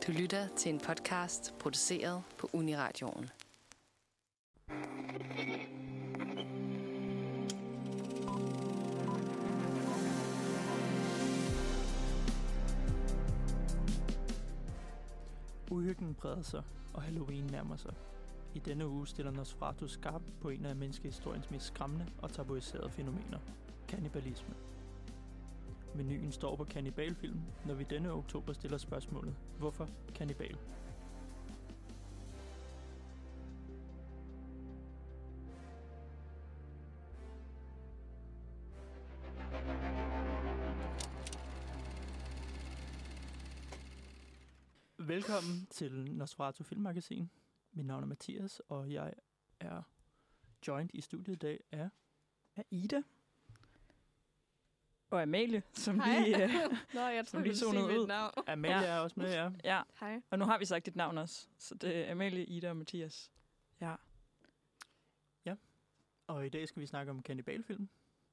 Du lytter til en podcast produceret på Uniradioen. Uhyggen breder sig, og Halloween nærmer sig. I denne uge stiller Nosferatu skarpt på en af menneskehistoriens mest skræmmende og tabuiserede fænomener. Kannibalisme. Menuen står på kannibalfilm, når vi denne oktober stiller spørgsmålet: hvorfor kannibal? Velkommen til Nosferatu Filmmagasin. Mit navn er Mathias, og jeg er joined i studiet i dag af Ida. Og Amalie, som Hej. lige, som lige zonede ud. Amalie er også med jer. Ja, Hej. og nu har vi sagt dit navn også. Så det er Amalie, Ida og Mathias. Ja. Og i dag skal vi snakke om kannibalfilm.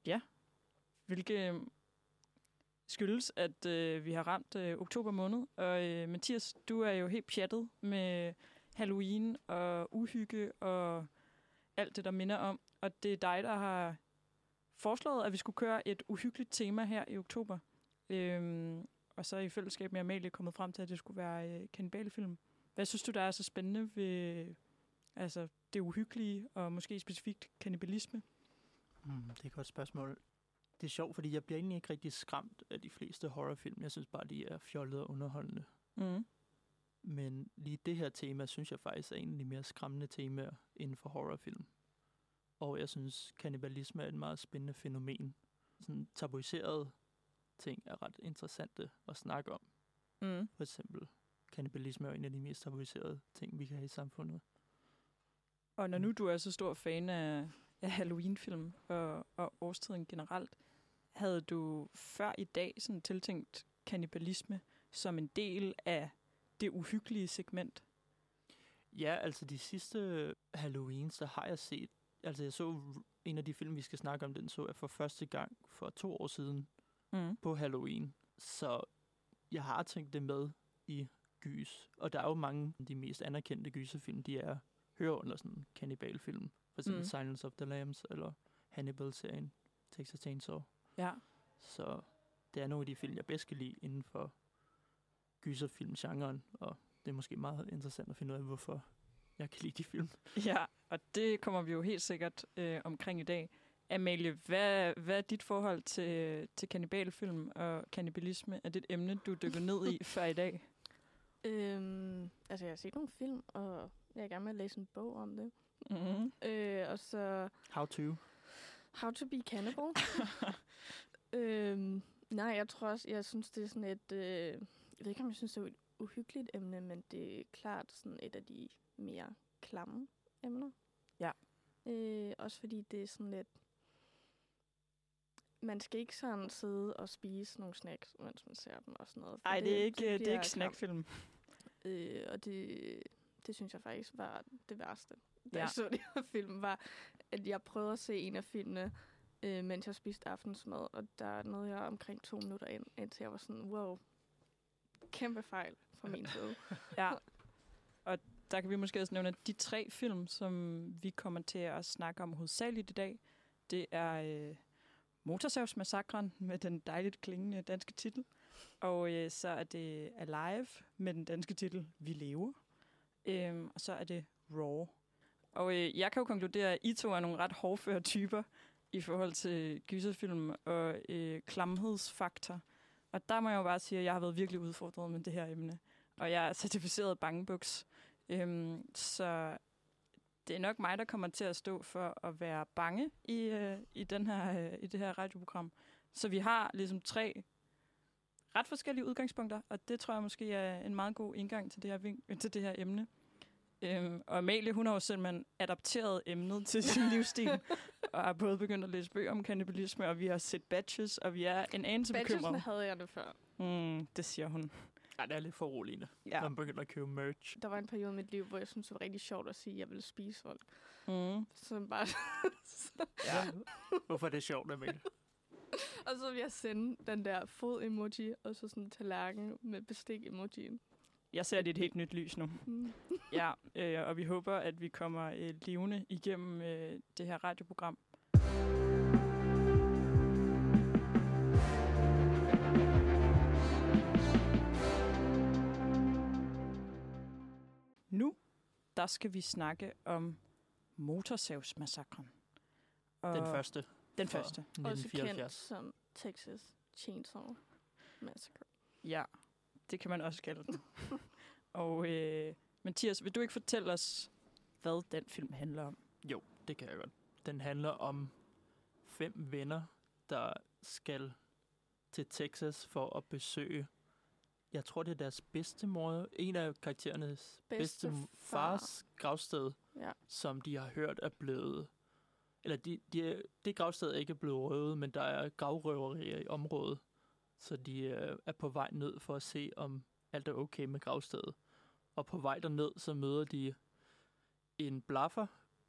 Hvilke skyldes, at vi har ramt oktober måned. Og Mathias, du er jo helt pjattet med Halloween og uhygge og alt det, der minder om. Og det er dig, der har foreslået, at vi skulle køre et uhyggeligt tema her i oktober. Og så i fællesskab med Amalie kommet frem til, at det skulle være kannibalfilm. Hvad synes du, der er så spændende ved det uhyggelige, og måske specifikt kannibalisme? Det er et godt spørgsmål. Det er sjovt, fordi jeg bliver egentlig ikke rigtig skræmt af de fleste horrorfilm. Jeg synes bare, de er fjollede og underholdende. Mm. Men lige det her tema, synes jeg faktisk er en af de mere skræmmende temaer inden for horrorfilm. Og jeg synes, kannibalisme er et meget spændende fænomen. Sådan tabuiserede ting er ret interessante at snakke om. Mm. For eksempel, kannibalisme er en af de mest tabuiserede ting, vi kan have i samfundet. Og når nu du er så stor fan af Halloween-film og årstiden generelt, havde du før i dag sådan tiltænkt kannibalisme som en del af det uhyggelige segment? Ja, altså de sidste Halloweens, der har jeg set. Altså jeg så en af de film, vi skal snakke om, den så jeg for første gang for 2 år siden på Halloween. Så jeg har tænkt det med i gys. Og der er jo mange af de mest anerkendte gyserfilm, de hører under sådan en kannibalfilm. For eksempel Silence of the Lambs eller Hannibal-serien, Texas Chainsaw. Ja. Så det er nogle af de film, jeg bedst kan lide inden for gyserfilmgenren. Og det er måske meget interessant at finde ud af, hvorfor jeg kan lide de film. Ja, og det kommer vi jo helt sikkert omkring i dag. Amalie, hvad er dit forhold til kannibalfilm og kannibalisme? Er det et emne, du dykker ned i før i dag? Jeg har set nogle film, og jeg er i gang med at læse en bog om det. Mm-hmm. Og så How to be Cannibal. Nej, jeg tror også, jeg synes, det er sådan et... jeg ved ikke, om jeg synes, det er et uhyggeligt emne, men det er klart sådan et af de mere klamme emner. Ja. Også fordi det er sådan lidt... Man skal ikke sådan sidde og spise nogle snacks, mens man ser dem og sådan noget. Nej, det er ikke snackfilm. Og det synes jeg faktisk var det værste, da Ja. jeg så de her film, var, at jeg prøvede at se en af filmene, mens jeg spiste aftensmad, og der nåede jeg omkring 2 minutter ind, indtil jeg var sådan, wow, kæmpe fejl fra min side. Ja, og der kan vi måske også nævne, at de 3 film, som vi kommer til at snakke om hovedsageligt i dag, det er Motorsavsmassakren med den dejligt klingende danske titel, og så er det Alive med den danske titel Vi lever, og så er det Raw. Og jeg kan jo konkludere, at I to er nogle ret hårdføre typer i forhold til gyserfilm og klamhedsfaktor. Og der må jeg jo bare sige, at jeg har været virkelig udfordret med det her emne. Og jeg er certificeret bangebuks. Så det er nok mig, der kommer til at stå for at være bange i det her radioprogram. Så vi har ligesom 3 ret forskellige udgangspunkter, og det tror jeg måske er en meget god indgang til det her emne. Og Amalie, hun har jo simpelthen adapteret emnet til sin livsstil, og har både begyndt at læse bøger om kannibalisme, og vi har set Batches, og vi er en anelse bekymrede. Batches'ene havde jeg det før. Det siger hun. Ja, det er lidt foruroligende, Ja. når man begynder at købe merch. Der var en periode i mit liv, hvor jeg synes det var rigtig sjovt at sige, at jeg ville spise folk. Så bare... Ja. Hvorfor er det sjovt, Amalie? Og så vil jeg sende den der fod-emoji, og så sådan en tallerken med bestik-emojien. Jeg ser det i et helt nyt lys nu. Ja, og vi håber, at vi kommer levende igennem det her radioprogram. Nu, der skal vi snakke om Motorsavsmassakren. Den første. Den første. 1974. Også kendt som Texas Chainsaw Massacre. Ja, det kan man også kalde den. Og Mathias, vil du ikke fortælle os, hvad den film handler om? Jo, det kan jeg godt. Den handler om 5 venner, der skal til Texas for at besøge, jeg tror det er deres bedstemor, en af karakterernes bedstefars gravsted, som de har hørt er blevet, eller det gravsted er ikke blevet røvet, men der er gravrøverier i området, så de er på vej ned for at se, om alt er okay med gravstedet. Og på vej derned, så møder de en blaffer,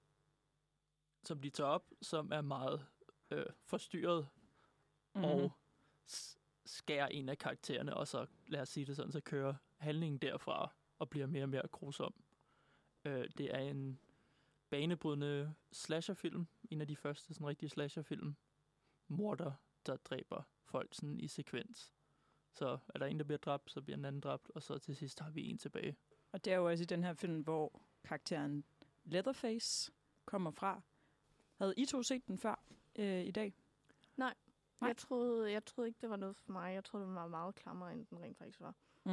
som de tager op, som er meget forstyrret, og skærer en af karaktererne, og så, lad os sige det sådan, så kører handlingen derfra, og bliver mere og mere grusom. Det er en banebrydende slasherfilm, en af de første sådan rigtige slasherfilm. Morder, der dræber folk sådan i sekvens. Så er der en, der bliver dræbt, så bliver en anden dræbt, og så til sidst har vi en tilbage. Og det er jo også i den her film, hvor karakteren Leatherface kommer fra. Havde I to set den før i dag? Nej. Jeg troede ikke, det var noget for mig. Jeg troede, det var meget klammere, end den rent faktisk var.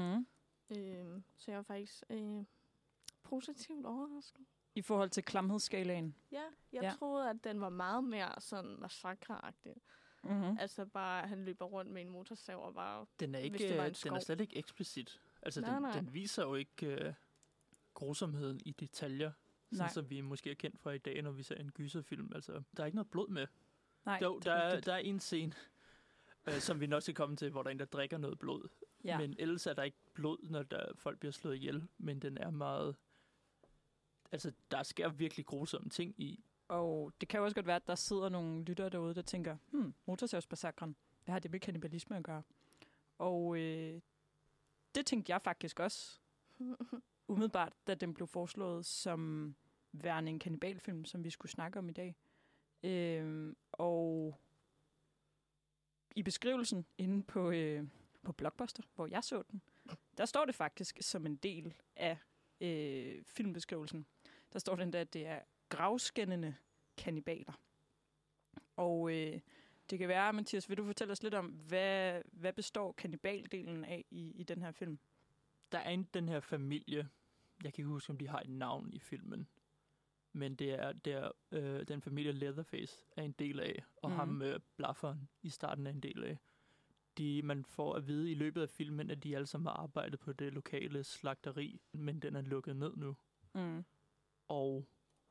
Så jeg var faktisk positivt overrasket. I forhold til klamhedsskalaen? Ja, jeg troede, at den var meget mere sådan massakreagtig. Altså bare, han løber rundt med en motorsav og bare... Den er slet ikke eksplicit. Altså, den viser jo ikke grusomheden i detaljer, sådan som vi måske er kendt fra i dag, når vi ser en gyserfilm. Altså, der er ikke noget blod med. Nej, der er en scene, som vi nok skal komme til, hvor der er en, der drikker noget blod. Ja. Men ellers er der ikke blod, når folk bliver slået ihjel. Men den er meget... Altså, der sker virkelig grusomme ting i. Og det kan jo også godt være, at der sidder nogle lyttere derude, der tænker, Motorsavsmassakren, hvad har det med kannibalisme at gøre? Og det tænkte jeg faktisk også, umiddelbart, da den blev foreslået som værende en kannibalfilm, som vi skulle snakke om i dag. Og i beskrivelsen inde på Blockbuster, hvor jeg så den, der står det faktisk som en del af filmbeskrivelsen. Der står den der, at det er gravskændende kannibaler. Og det kan være, Mathias, vil du fortælle os lidt om, hvad består kannibaldelen af i den her film? Der er den her familie, jeg kan ikke huske, om de har et navn i filmen, men det er den familie Leatherface er en del af, og ham blafferen i starten er en del af. Man får at vide i løbet af filmen, at de alle sammen har arbejdet på det lokale slagteri, men den er lukket ned nu. Og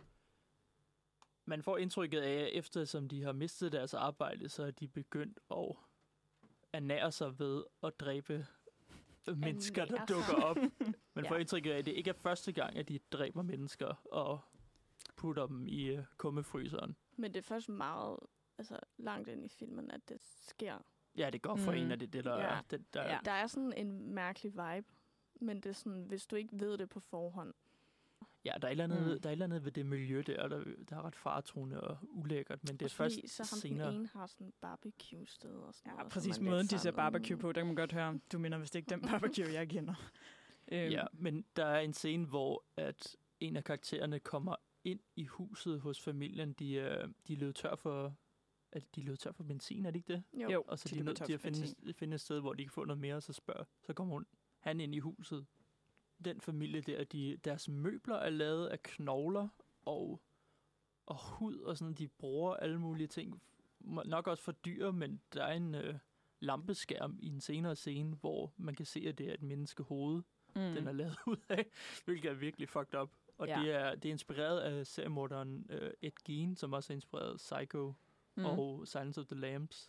man får indtrykket af, at eftersom de har mistet deres arbejde, så er de begyndt at ernære sig ved at dræbe mennesker, der dukker op. Man får indtrykket af, at det ikke er første gang, at de dræber mennesker og putter dem i kummefryseren. Men det er først meget langt ind i filmen, at det sker. Ja, det går for en af det der er. Der er sådan en mærkelig vibe, men det er sådan, hvis du ikke ved det på forhånd. Ja, der er et eller andet ved det miljø der er ret faretruende og ulækkert, men det er først så senere. Den ene har sådan et barbecue-sted og sådan noget. Præcis måden, de ser barbecue på, der kan man godt høre. Du mener vist ikke den barbecue, jeg kender. Ja, men der er en scene, hvor at en af karaktererne kommer ind i huset hos familien. De løb tør for benzin, er det ikke det? Jo, og så de er nødt til at finde et sted, hvor de kan få noget mere, og så kommer han ind i huset. Den familie der, deres møbler er lavet af knogler og hud og sådan, de bruger alle mulige ting. Nok også for dyr, men der er en lampeskærm i en senere scene, hvor man kan se, at det er et menneskehoved, den er lavet ud af, hvilket er virkelig fucked up. Og det er inspireret af seriemorderen Ed Gein, som også har inspireret Psycho og Silence of the Lambs.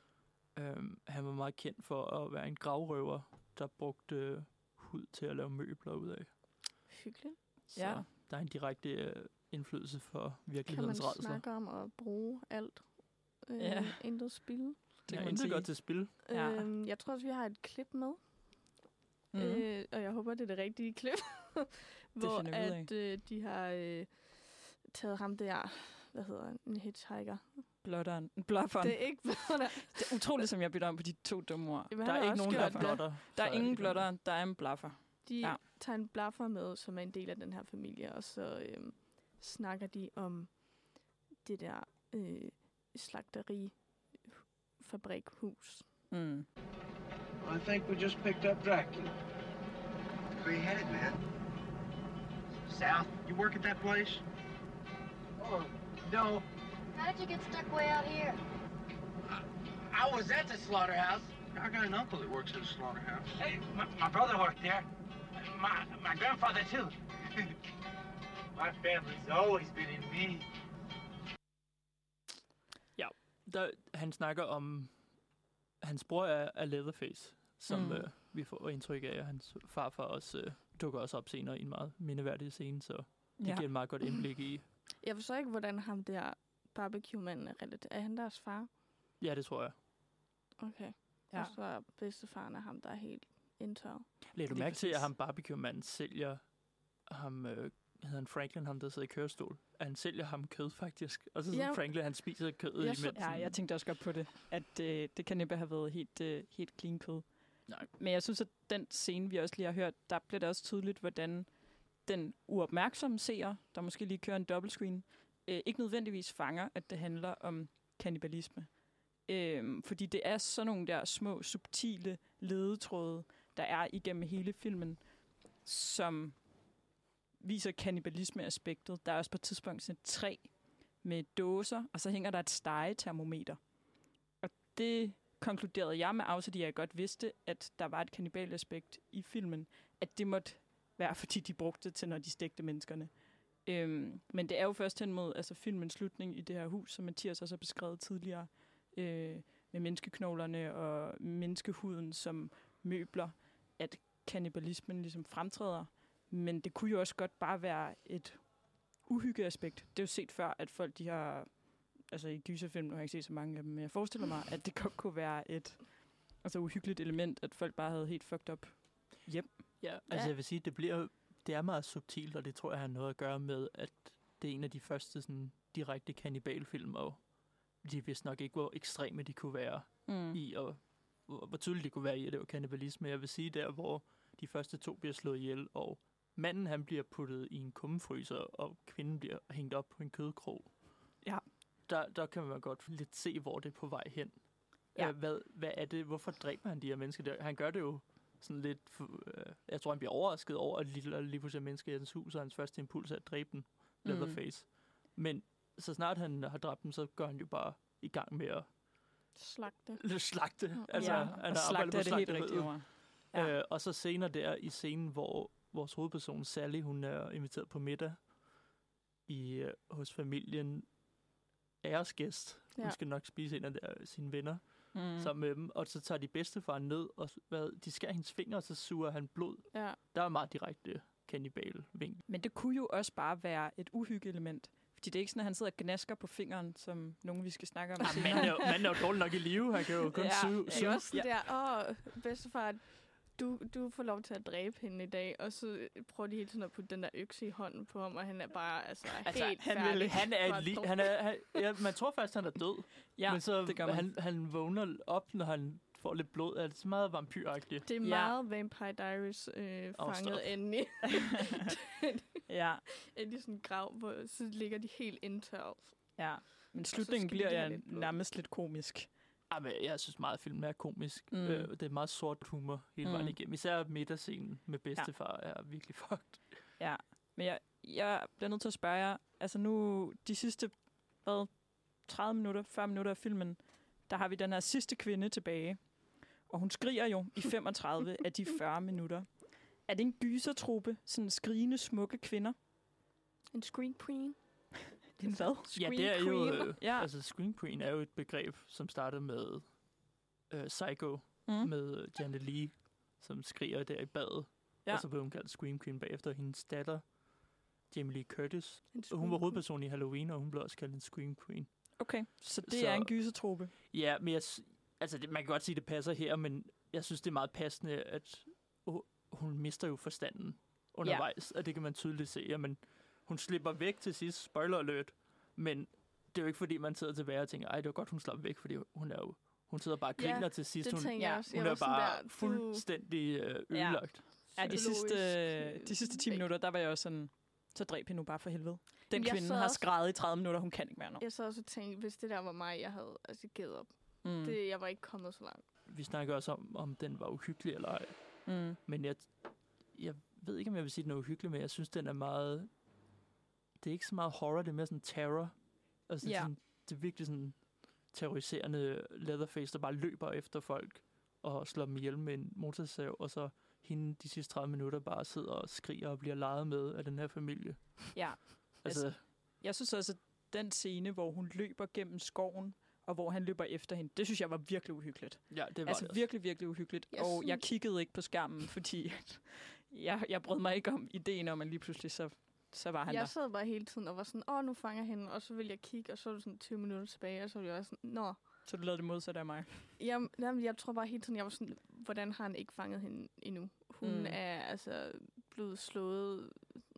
Han var meget kendt for at være en gravrøver, der brugte hud til at lave møbler ud af. Hyggeligt. Så der er en direkte indflydelse for virkelighedens rædsler. Kan man snakke om at bruge alt? Intet spil? Det er intet godt til spil. Jeg tror også, vi har et klip med. Og jeg håber, håber, det er det rigtige klip. hvor de har taget ham der, hvad hedder han, en hitchhiker. Blufferen. Det er ikke blutter. Det er utroligt, som jeg bytter om på de 2 dumme ord. Der er ikke nogen, der blutter. Der er ingen blutter, der er en bluffer. De tager en bluffer med, som er en del af den her familie, og så snakker de om det der slagterifabrikhus. I think we just picked up Dracula. Where you headed, man? South. You work at that place? Oh, no. How did you get stuck way out here? I was at the slaughterhouse. I got an uncle that works at the slaughterhouse. Hey, my brother worked there. My grandfather, too. My family's always been in me. Ja, han snakker om... Hans bror er Leatherface, som vi får indtryk af, at hans farfar også dukker også op senere i en meget mindeværdig scene, så det giver et meget godt indblik i... Jeg forstår ikke, hvordan ham der barbecue-manden er relativt. Er han deres far? Ja, det tror jeg. Okay. Ja. Og så er bedstefaren af ham, der er helt indtørret. Læg du mærke til, at ham barbecue-manden sælger ham... hedder han Franklin, ham der sidder i kørestol. Han sælger ham kød, faktisk. Og så sidder Franklin, han spiser kød imens. Ja, jeg tænkte også godt på det. At det kan næppe have været helt clean kød. Nej. Men jeg synes, at den scene, vi også lige har hørt, der bliver det også tydeligt, hvordan den uopmærksomme seer, der måske lige kører en dobbeltscreen, ikke nødvendigvis fanger, at det handler om kannibalisme. Fordi det er sådan nogle der små, subtile ledetråde, der er igennem hele filmen, som viser kannibalisme-aspektet. Der er også på et tidspunkt sådan et træ med dåser, og så hænger der et stegetermometer. Og det konkluderede jeg med afsæt, at jeg godt vidste, at der var et kannibalaspekt i filmen, at det måtte være, fordi de brugte det til, når de stegte menneskerne. Men det er jo først hen mod filmens slutning i det her hus, som Mathias også har beskrevet tidligere, med menneskeknoglerne og menneskehuden som møbler, at kannibalismen ligesom fremtræder. Men det kunne jo også godt bare være et uhyggeaspekt. Det er jo set før, at folk, de har... Altså i gyserfilm, nu har jeg ikke set så mange af dem, men jeg forestiller mig, at det godt kunne være et uhyggeligt element, at folk bare havde helt fucked up hjem. Ja, jeg vil sige, det er meget subtilt, og det tror jeg har noget at gøre med, at det er en af de første sådan, direkte kannibalfilm, og de vidste nok ikke, hvor ekstreme de kunne være i, og hvor tydeligt de kunne være i, at det var kannibalisme. Jeg vil sige, der hvor de første 2 bliver slået ihjel, og manden han bliver puttet i en kummefryser, og kvinden bliver hængt op på en kødkrog. Ja. Der kan man godt lidt se, hvor det er på vej hen. Ja. Hvad er det? Hvorfor dræber han de her mennesker der? Han gør det jo sådan lidt... jeg tror, han bliver overrasket over, at lige pludselig er mennesker i hans hus, og hans første impuls er at dræbe den. Leatherface. Men så snart han har dræbt dem, så går han jo bare i gang med at... Slagte. Altså, han har slagte er det helt rigtigt ord. Ja. Og så senere der i scenen, hvor vores hovedperson Sally, hun er inviteret på middag hos familien æresgæst. Hun skal nok spise en af sine venner sammen med dem. Og så tager de bedstefar ned, og de skærer hendes fingre, og så suger han blod. Ja. Der er meget direkte kannibal-vinkel. Men det kunne jo også bare være et uhyggeelement. Fordi det er ikke sådan, at han sidder og gnasker på fingeren, som nogen vi skal snakke om senere. Manden er jo dårlig nok i live. Han kan jo kun suge. Det er også der, bedstefar, du får lov til at dræbe hende i dag, og så prøver de hele tiden at putte den der økse i hånden på ham, og han er bare helt færdig. Man tror faktisk, han er død. Ja, men så det gør man. Han vågner op, når han får lidt blod. Er det så meget vampyragtigt? Det er meget Vampire Diaries fanget endelig. Ja. Endelig sådan en grav, hvor så ligger de helt indtørret. Ja, men slutningen bliver nærmest lidt komisk. Men jeg synes meget, at filmen er komisk. Det er meget sort humor hele vejen igennem. Især middagsscenen med bedstefar er virkelig fucked. Ja, men jeg bliver nødt til at spørge jer, altså nu de sidste 30 minutter, 40 minutter af filmen, der har vi den her sidste kvinde tilbage, og hun skriger jo i 35 af de 40 minutter. Er det en gysertruppe, sådan skrigende smukke kvinder? En scream queen? En hvad? Ja, det er jo... Altså, Scream Queen er jo et begreb, som startede med Psycho, med Janet Leigh, som skriger der i badet. Ja. Og så blev hun kaldt Scream Queen bagefter. Hendes datter, Jamie Lee Curtis, og hun var hovedperson i Halloween, og hun blev også kaldt en Scream Queen. Okay, så det er en gysertruppe. Ja, men man kan godt sige, at det passer her, men jeg synes, det er meget passende, at hun mister jo forstanden undervejs, og det kan man tydeligt se. Jamen, hun slipper væk til sidst, spoiler alert, men det er jo ikke, fordi man sidder tilbage og tænker, ej, det var godt, hun slap væk, fordi hun sidder bare og griner til sidst. Det Hun er bare fuldstændig ødelagt. Ja, de sidste 10 minutter, der var jeg også sådan, så dræb hende nu bare for helvede. Den kvinde har skreget i 30 minutter, hun kan ikke mere nu. Jeg så også tænkt, hvis det der var mig, jeg havde givet op. Jeg var ikke kommet så langt. Vi snakker også om den var uhyggelig eller ej. Men jeg ved ikke, om jeg vil sige, den er uhyggelig, men jeg synes, den er meget... Det er ikke så meget horror, det er mere sådan terror. Altså, det er virkelig sådan terroriserende Leatherface, der bare løber efter folk og slår dem ihjel med en motorsav, og så hende de sidste 30 minutter bare sidder og skriger og bliver leget med af den her familie. Ja. Altså, jeg synes også, at den scene, hvor hun løber gennem skoven, og hvor han løber efter hende, det synes jeg var virkelig uhyggeligt. Ja, det var altså det virkelig, virkelig uhyggeligt. Jeg kiggede ikke på skærmen, fordi jeg brød mig ikke om ideen om, at lige pludselig så var han der. Jeg sad bare hele tiden og var sådan, nu fanger hende, og så ville jeg kigge, og så var det sådan 20 minutter tilbage, og så ville jeg også sådan, nå. Så du lavede det modsatte af mig? Jamen, jeg tror bare hele tiden, jeg var sådan, hvordan har han ikke fanget hende endnu? Hun er altså blevet slået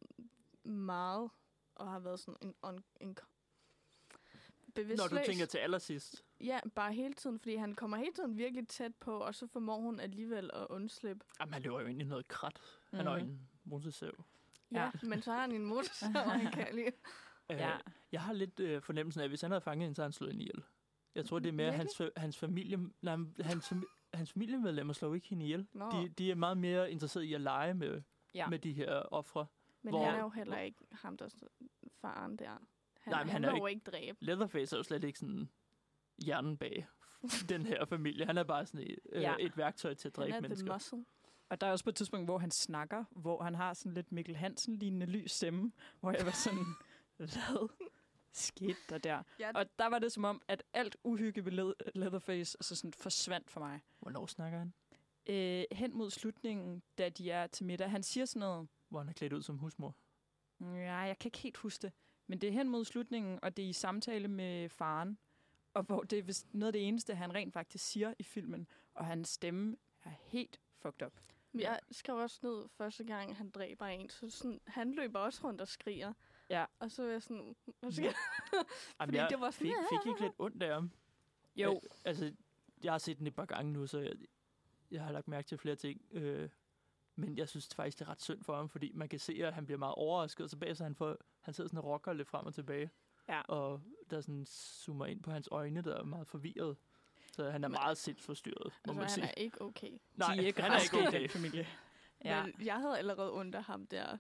meget, og har været sådan en bevidstløs. Når du tænker til allersidst? Ja, bare hele tiden, fordi han kommer hele tiden virkelig tæt på, og så formår hun alligevel at undslippe. Jamen, han løber jo ind i noget krat. Han har en motorsav. Ja, men så har han en motorsav, han kan lige. Jeg har lidt fornemmelsen af, at hvis han havde fanget hende, så havde han slået hende ihjel. Jeg tror, det er mere hans familie... Nej, hans familiemedlemmer slår ikke hende ihjel. De er meget mere interesseret i at lege med de her ofre. Men han er jo heller ikke ham, der faren der. Han er jo ikke dræbt. Leatherface er jo slet ikke sådan hjernen bag den her familie. Han er bare sådan et værktøj til at dræbe mennesker. Muscle. Og der er også på et tidspunkt, hvor han snakker, hvor han har sådan lidt Mikkel Hansen-lignende lys stemme, hvor jeg var sådan, hvad skete der der? Ja. Og der var det som om, at alt uhygge ved Leatherface så sådan forsvandt for mig. Hvornår snakker han? Hen mod slutningen, da de er til middag. Han siger sådan noget. Hvor han er klædt ud som husmor? Ja, jeg kan ikke helt huske det. Men det er hen mod slutningen, og det er i samtale med faren. Og hvor det er noget af det eneste, han rent faktisk siger i filmen. Og hans stemme er helt fucked up. Jeg skrev også ned første gang, han dræber en. Så sådan, han løber også rundt og skriger. Ja. Og så er jeg sådan, hvad sker Fordi det var sådan, fik ikke lidt ondt af ham? Jo. Altså, jeg har set den et par gange nu, så jeg har lagt mærke til flere ting. Men jeg synes faktisk, det er ret synd for ham, fordi man kan se, at han bliver meget overrasket, og så bagefter han sidder sådan og rocker lidt frem og tilbage. Ja. Og der sådan zoomer ind på hans øjne, der er meget forvirret. Så han er meget sindsforstyrret, må man sige. Han er ikke okay. Nej, han er ikke okay. Familie. Ja. Men jeg havde allerede ondt af ham der.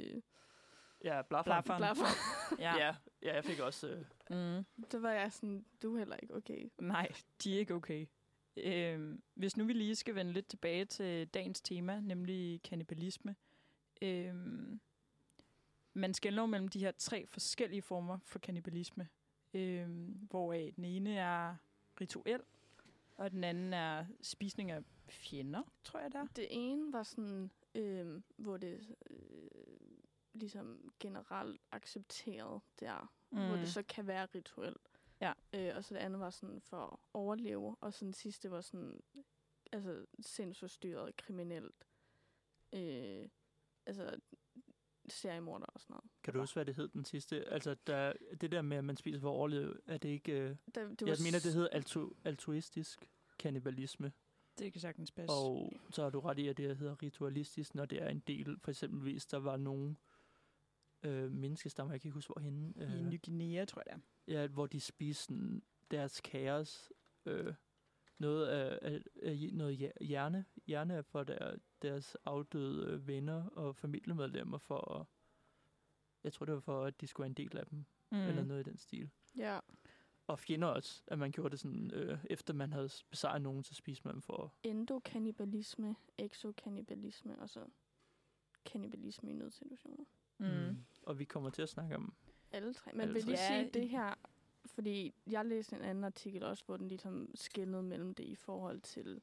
Ja, Blafferen. Ja, jeg fik også... Så var jeg sådan, du er heller ikke okay. Nej, de er ikke okay. Hvis nu vi lige skal vende lidt tilbage til dagens tema, nemlig kannibalisme. Man skelner mellem de her 3 forskellige former for kannibalisme, hvoraf den ene er rituel, og den anden er spisning af fjender, tror jeg der. Det ene var sådan, hvor det ligesom generelt accepteret der, hvor det så kan være rituelt. Ja. Og så det andet var sådan for at overleve, og så den sidste var sådan, altså sindsforstyrret, kriminelt. Altså seriemorder og sådan noget. Kan du huske, hvad det hed den sidste? Altså, det der med, at man spiser for at overleve, er det ikke... jeg mener, det hedder altruistisk kannibalisme. Det kan sagtens passe. Og så har du ret i, at det hedder ritualistisk, når det er en del. For eksempelvis, der var nogle menneskestammer, jeg kan ikke huske, hvorhenne. I Ny Guinea, tror jeg det er. Ja, hvor de spiser deres kaos. Noget af noget hjerne for deres afdøde venner og familiemedlemmer for at, jeg tror det var for, at de skulle være en del af dem, eller noget i den stil. Ja. Og fjender også, at man gjorde det sådan, efter man havde besejret nogen, så spiste man for... Endokannibalisme, exokannibalisme, og så kannibalisme i nødsituationer. Og vi kommer til at snakke om... Alle 3. Men vil lige sige det her, fordi jeg læste en anden artikel også, hvor den ligesom skelnede mellem det i forhold til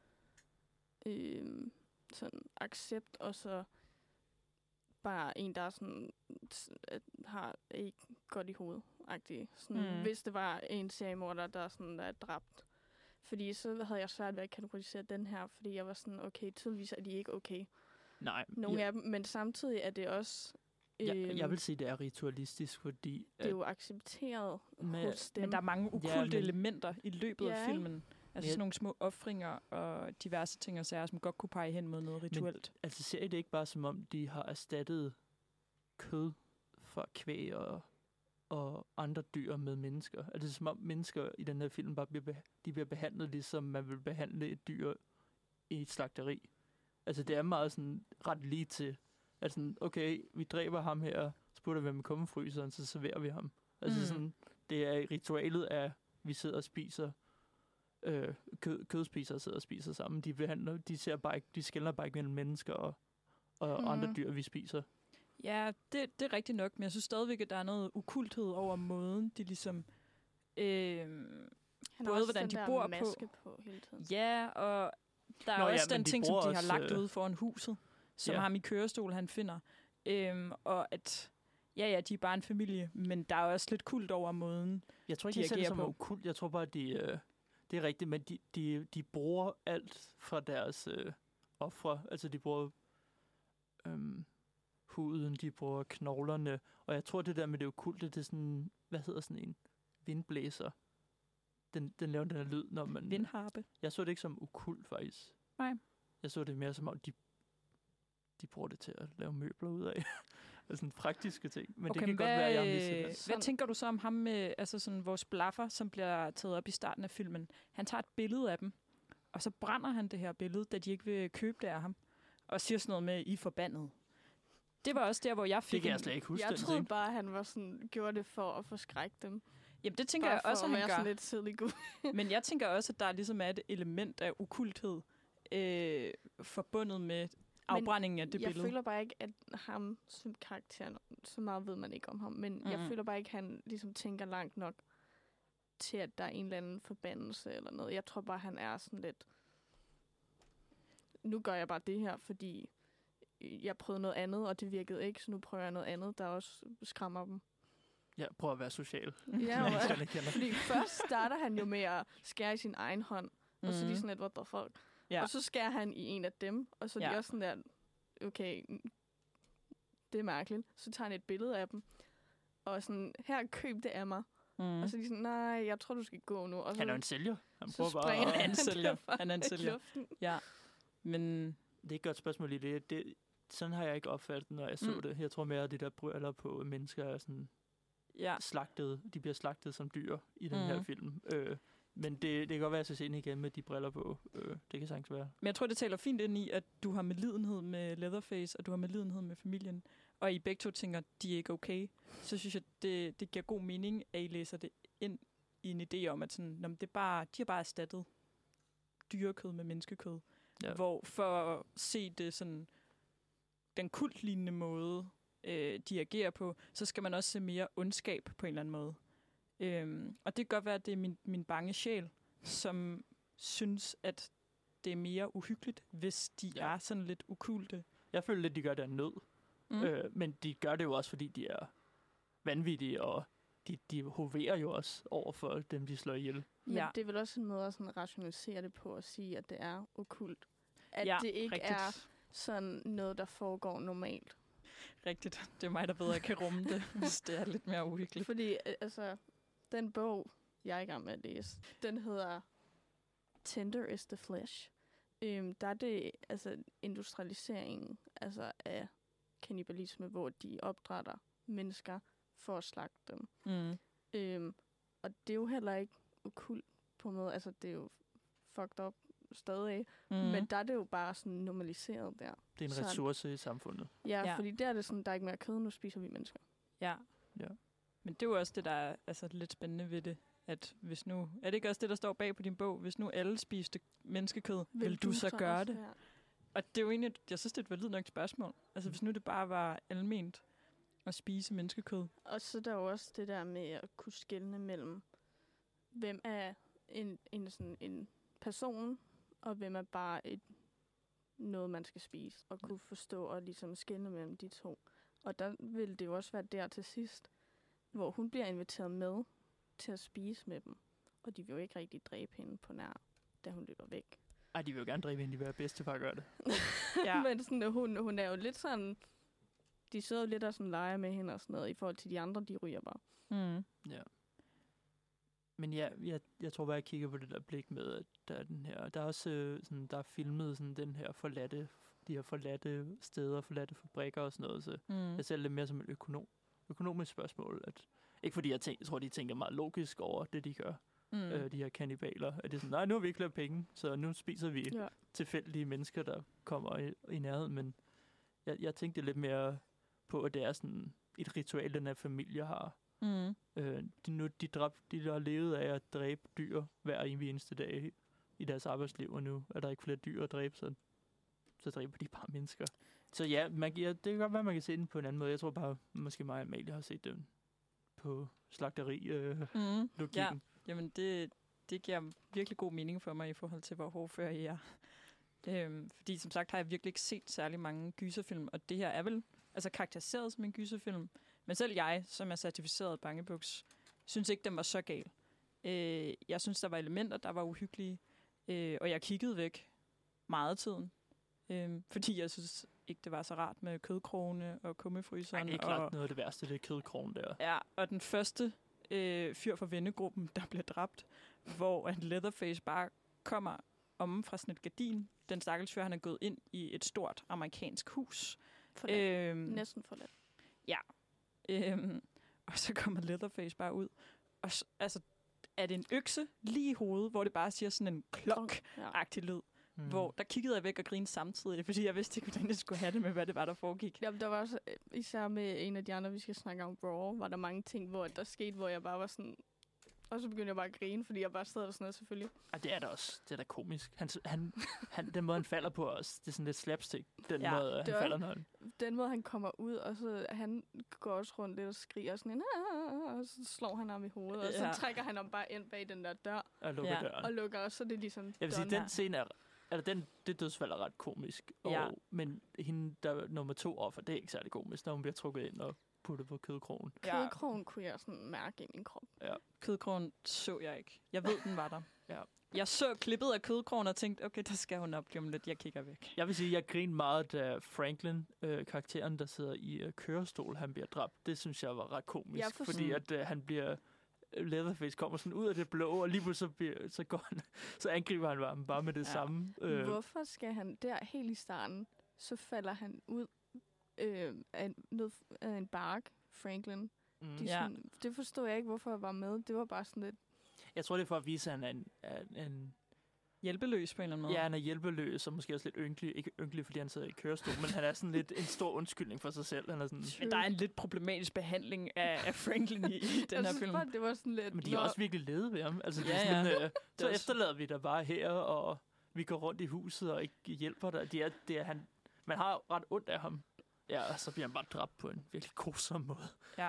sådan accept, og så bare en, der er sådan, har ikke godt i hovedet-agtigt. Sådan, hvis det var en seriemorder, der sådan er dræbt. Fordi så havde jeg svært ved at kategorisere den her, fordi jeg var sådan, okay, tydeligvis er de ikke okay. Nej. Nogle af dem, men samtidig er det også... Jeg vil sige, det er ritualistisk, fordi... Det er jo accepteret hos dem. Men der er mange okulte elementer i løbet af filmen. Altså sådan nogle små ofringer og diverse ting og sager, som godt kunne pege hen mod noget rituelt. Men, altså ser I det ikke bare som om, de har erstattet kød fra kvæg og andre dyr med mennesker? Er det som om mennesker i den her film bare bliver behandlet, ligesom man vil behandle et dyr i et slagteri? Altså det er meget sådan ret lige til, at sådan, okay, vi dræber ham her, så putter vi ham i kummefryseren, så serverer vi ham. Altså sådan, det er ritualet af, vi sidder og spiser, kødspisere sidder og spiser sammen. De skelner bare ikke mellem mennesker og andre dyr, vi spiser. Ja, det er rigtigt nok, men jeg synes stadigvæk, at der er noget ukulthed over måden, de ligesom... både hvordan de bor på hele tiden. Ja, og der er også den ting, som de har lagt ude foran huset, som ham i kørestol, han finder. Og at, de er bare en familie, men der er også lidt kult over måden, jeg tror ikke, de agerer på. Kult. Jeg tror bare, det er rigtigt, men de bruger alt fra deres ofre. Altså, de bruger huden, de bruger knoglerne, og jeg tror, det der med det okulte, det er sådan, hvad hedder sådan en vindblæser? Den laver den her lyd, når man... Vindharpe. Jeg så det ikke som okult, faktisk. Nej. Jeg så det mere som om, de bruger det til at lave møbler ud af. Altså praktiske ting. Men okay, det kan godt være, jeg har misset det. Hvad tænker du så om ham med altså sådan, vores blaffer, som bliver taget op i starten af filmen? Han tager et billede af dem, og så brænder han det her billede, da de ikke vil købe det af ham, og siger sådan noget med, I er forbandet. Det var også der, hvor jeg fik... Det kan jeg slet ikke huske. Jeg troede bare, han var sådan, gjorde det for at forskrække dem. Jamen, det tænker jeg også, at han gør. Sådan lidt silly good. Men jeg tænker også, at der ligesom er et element af okkulthed forbundet med afbrændingen af det billede. Jeg føler bare ikke, at ham som karakter, så meget ved man ikke om ham, men jeg føler bare ikke, at han ligesom tænker langt nok til, at der er en eller anden forbandelse eller noget. Jeg tror bare, han er sådan lidt... Nu gør jeg bare det her, fordi jeg prøvede noget andet, og det virkede ikke, så nu prøver jeg noget andet, der også skræmmer dem. Ja, prøv at være social. Ja, fordi først starter han jo med at skære i sin egen hånd, og så er de sådan lidt, what the fuck? Ja. Og så skærer han i en af dem, og så er de også sådan der, okay, det er mærkeligt. Så tager han et billede af dem, og sådan, her, køb det af mig. Og så er de sådan, nej, jeg tror, du skal gå nu. Og så, han er en sælger. Han prøver bare at... Han er en sælger. Ja, men... Det er et godt spørgsmål i det. Sådan har jeg ikke opfattet, når jeg så det. Jeg tror mere, at de der brøller på mennesker er sådan slagtet. De bliver slagtet som dyr i den her film. Men det kan godt være, at jeg skal se den igen med de briller på. Det kan sagtens være. Men jeg tror, det taler fint ind i, at du har medlidenhed med Leatherface, og du har medlidenhed med familien. Og I begge to tænker, de er ikke okay. Så synes jeg, det giver god mening, at I læser det ind i en idé om, at sådan, de har bare erstattet dyrekød med menneskekød. Ja. Hvor for at se det sådan, den kultlignende måde, de agerer på, så skal man også se mere ondskab på en eller anden måde. Og det kan godt være, at det er min bange sjæl, som synes, at det er mere uhyggeligt, hvis de er sådan lidt okulte. Jeg føler lidt, de gør det af nød. Men de gør det jo også, fordi de er vanvittige, og de hoverer jo også over for dem, de slår ihjel. Men det er vel også en måde at sådan rationalisere det på, at sige, at det er okult. At det ikke er sådan noget, der foregår normalt. Rigtigt. Det er mig, der bedre kan rumme det, hvis det er lidt mere uhyggeligt. Fordi altså, den bog, jeg er i gang med at læse, den hedder Tender is the Flesh. Der er det altså industrialiseringen altså af kannibalisme, hvor de opdrætter mennesker for at slagte dem. Og det er jo heller ikke okult på en måde. Altså, det er jo fucked up stadig. Men der er det jo bare sådan normaliseret der. Det er en ressource i samfundet. Ja, fordi der er det sådan, der er ikke mere kød, nu spiser vi mennesker. Ja. Men det er jo også det, der er altså, lidt spændende ved det. At hvis nu, er det ikke også det, der står bag på din bog? Hvis nu alle spiste menneskekød, vil du så gøre det? Ja. Og det er jo egentlig, jeg synes, det er et validt nok spørgsmål. Altså hvis nu det bare var alment at spise menneskekød. Og så er der jo også det der med at kunne skelne mellem, hvem er en person, og hvem er bare noget, man skal spise. Og kunne forstå og ligesom skelne mellem de to. Og der vil det jo også være der til sidst, hvor hun bliver inviteret med til at spise med dem. Og de vil jo ikke rigtig dræbe hende på nær, da hun løber væk. Ej, de vil jo gerne dræbe hende, de vil være bedste for at gøre det. Ja. Men sådan, hun er jo lidt sådan... De sidder jo lidt og sådan leger med hende og sådan noget, i forhold til de andre, de ryger bare. Ja. Men ja, jeg tror bare, jeg kigger på det der blik med, at der er den her... Der er også sådan, der er filmet sådan den her de her forladte steder, forladte fabrikker og sådan noget, så jeg ser lidt mere som et økonomisk spørgsmål. At, ikke fordi jeg tror, de tænker meget logisk over det, de gør. De her kannibaler. At det er sådan, nej, nu har vi ikke flere penge, så nu spiser vi tilfældige mennesker, der kommer i nærheden. Men jeg tænkte lidt mere på, at det er sådan et ritual, den her familie har. De har levet af at dræbe dyr hver eneste dag i deres arbejdsliv, og nu er der ikke flere dyr at dræbe, så dræber de bare mennesker. Så ja, det kan godt være, man kan se den på en anden måde. Jeg tror bare, måske mig og Amalie har set den på slagteri-logikken. Ja. Jamen, det giver virkelig god mening for mig i forhold til, hvor hårdfør I er. Fordi som sagt har jeg virkelig ikke set særlig mange gyserfilm, og det her er vel karakteriseret som en gyserfilm. Men selv jeg, som er certificeret bangebuks, synes ikke, den var så gal. Jeg synes, der var elementer, der var uhyggelige, og jeg kiggede væk meget af tiden. Fordi jeg synes ikke, det var så rart med kødkrogene og kummefryseren. Det er klart noget af det værste, det er kødkrogen der. Ja, og den første fyr fra vennegruppen, der bliver dræbt, hvor en Leatherface bare kommer om fra sådan et gardin. Den stakkels fyr, han er gået ind i et stort amerikansk hus. Næsten forladt. Ja. Og så kommer Leatherface bare ud. Og er det en økse lige i hovedet, hvor det bare siger sådan en klok-agtig lyd. Hvor der kiggede jeg væk og grinede samtidig, fordi jeg vidste ikke, hvordan jeg skulle have det med, hvad det var, der foregik. Jamen, der var også, især med en af de andre, vi skal snakke om, Brawl, var der mange ting, hvor der skete, hvor jeg bare var sådan... Og så begyndte jeg bare at grine, fordi jeg bare sad der sådan noget, selvfølgelig. Ja, det er da også. Det er da komisk. Den måde, han falder på os, det er sådan lidt slapstick. Den måde, han falder, når den måde, han kommer ud, og så han går også rundt lidt og skriger sådan en... Og så slår han ham i hovedet, og så trækker han ham bare ind bag den der dør. Og lukker døren. Og lukker også, så det er ligesom... Jeg vil sige, den scene det dødsfald er ret komisk. Men hende, der nummer 2 offer, det er ikke særlig komisk, når hun bliver trukket ind og puttet på kødkrogen. Kødkrogen kunne jeg sådan mærke i min krop. Ja. Kødkrogen så jeg ikke. Jeg ved, den var der. Ja. Jeg så klippet af kødkrogen og tænkte, okay, der skal hun op om lidt. Jeg kigger væk. Jeg vil sige, jeg griner meget, da Franklin, karakteren, der sidder i kørestol, han bliver dræbt. Det synes jeg var ret komisk, fordi at han bliver... Leatherface kommer sådan ud af det blå, og lige pludselig så angriber han ham bare med det samme. Hvorfor skal han der helt i starten, så falder han ud af en bark, Franklin. Det forstod jeg ikke, hvorfor jeg var med. Det var bare sådan lidt... Jeg tror, det er for at vise, at han er en hjælpeløs på en eller anden måde. Ja, han er hjælpeløs, og måske også lidt ynkelig. Ikke ynkelig, fordi han sidder i kørestol, men han er sådan lidt en stor undskyldning for sig selv. Han er sådan... Men der er en lidt problematisk behandling af Franklin i den her film. Det var sådan lidt... Men de er også virkelig lede ved ham. Altså, sådan, så efterlader vi dig bare her, og vi går rundt i huset og ikke hjælper dig. Man har ret ondt af ham. Ja, og så bliver han bare dræbt på en virkelig grusom måde. Ja.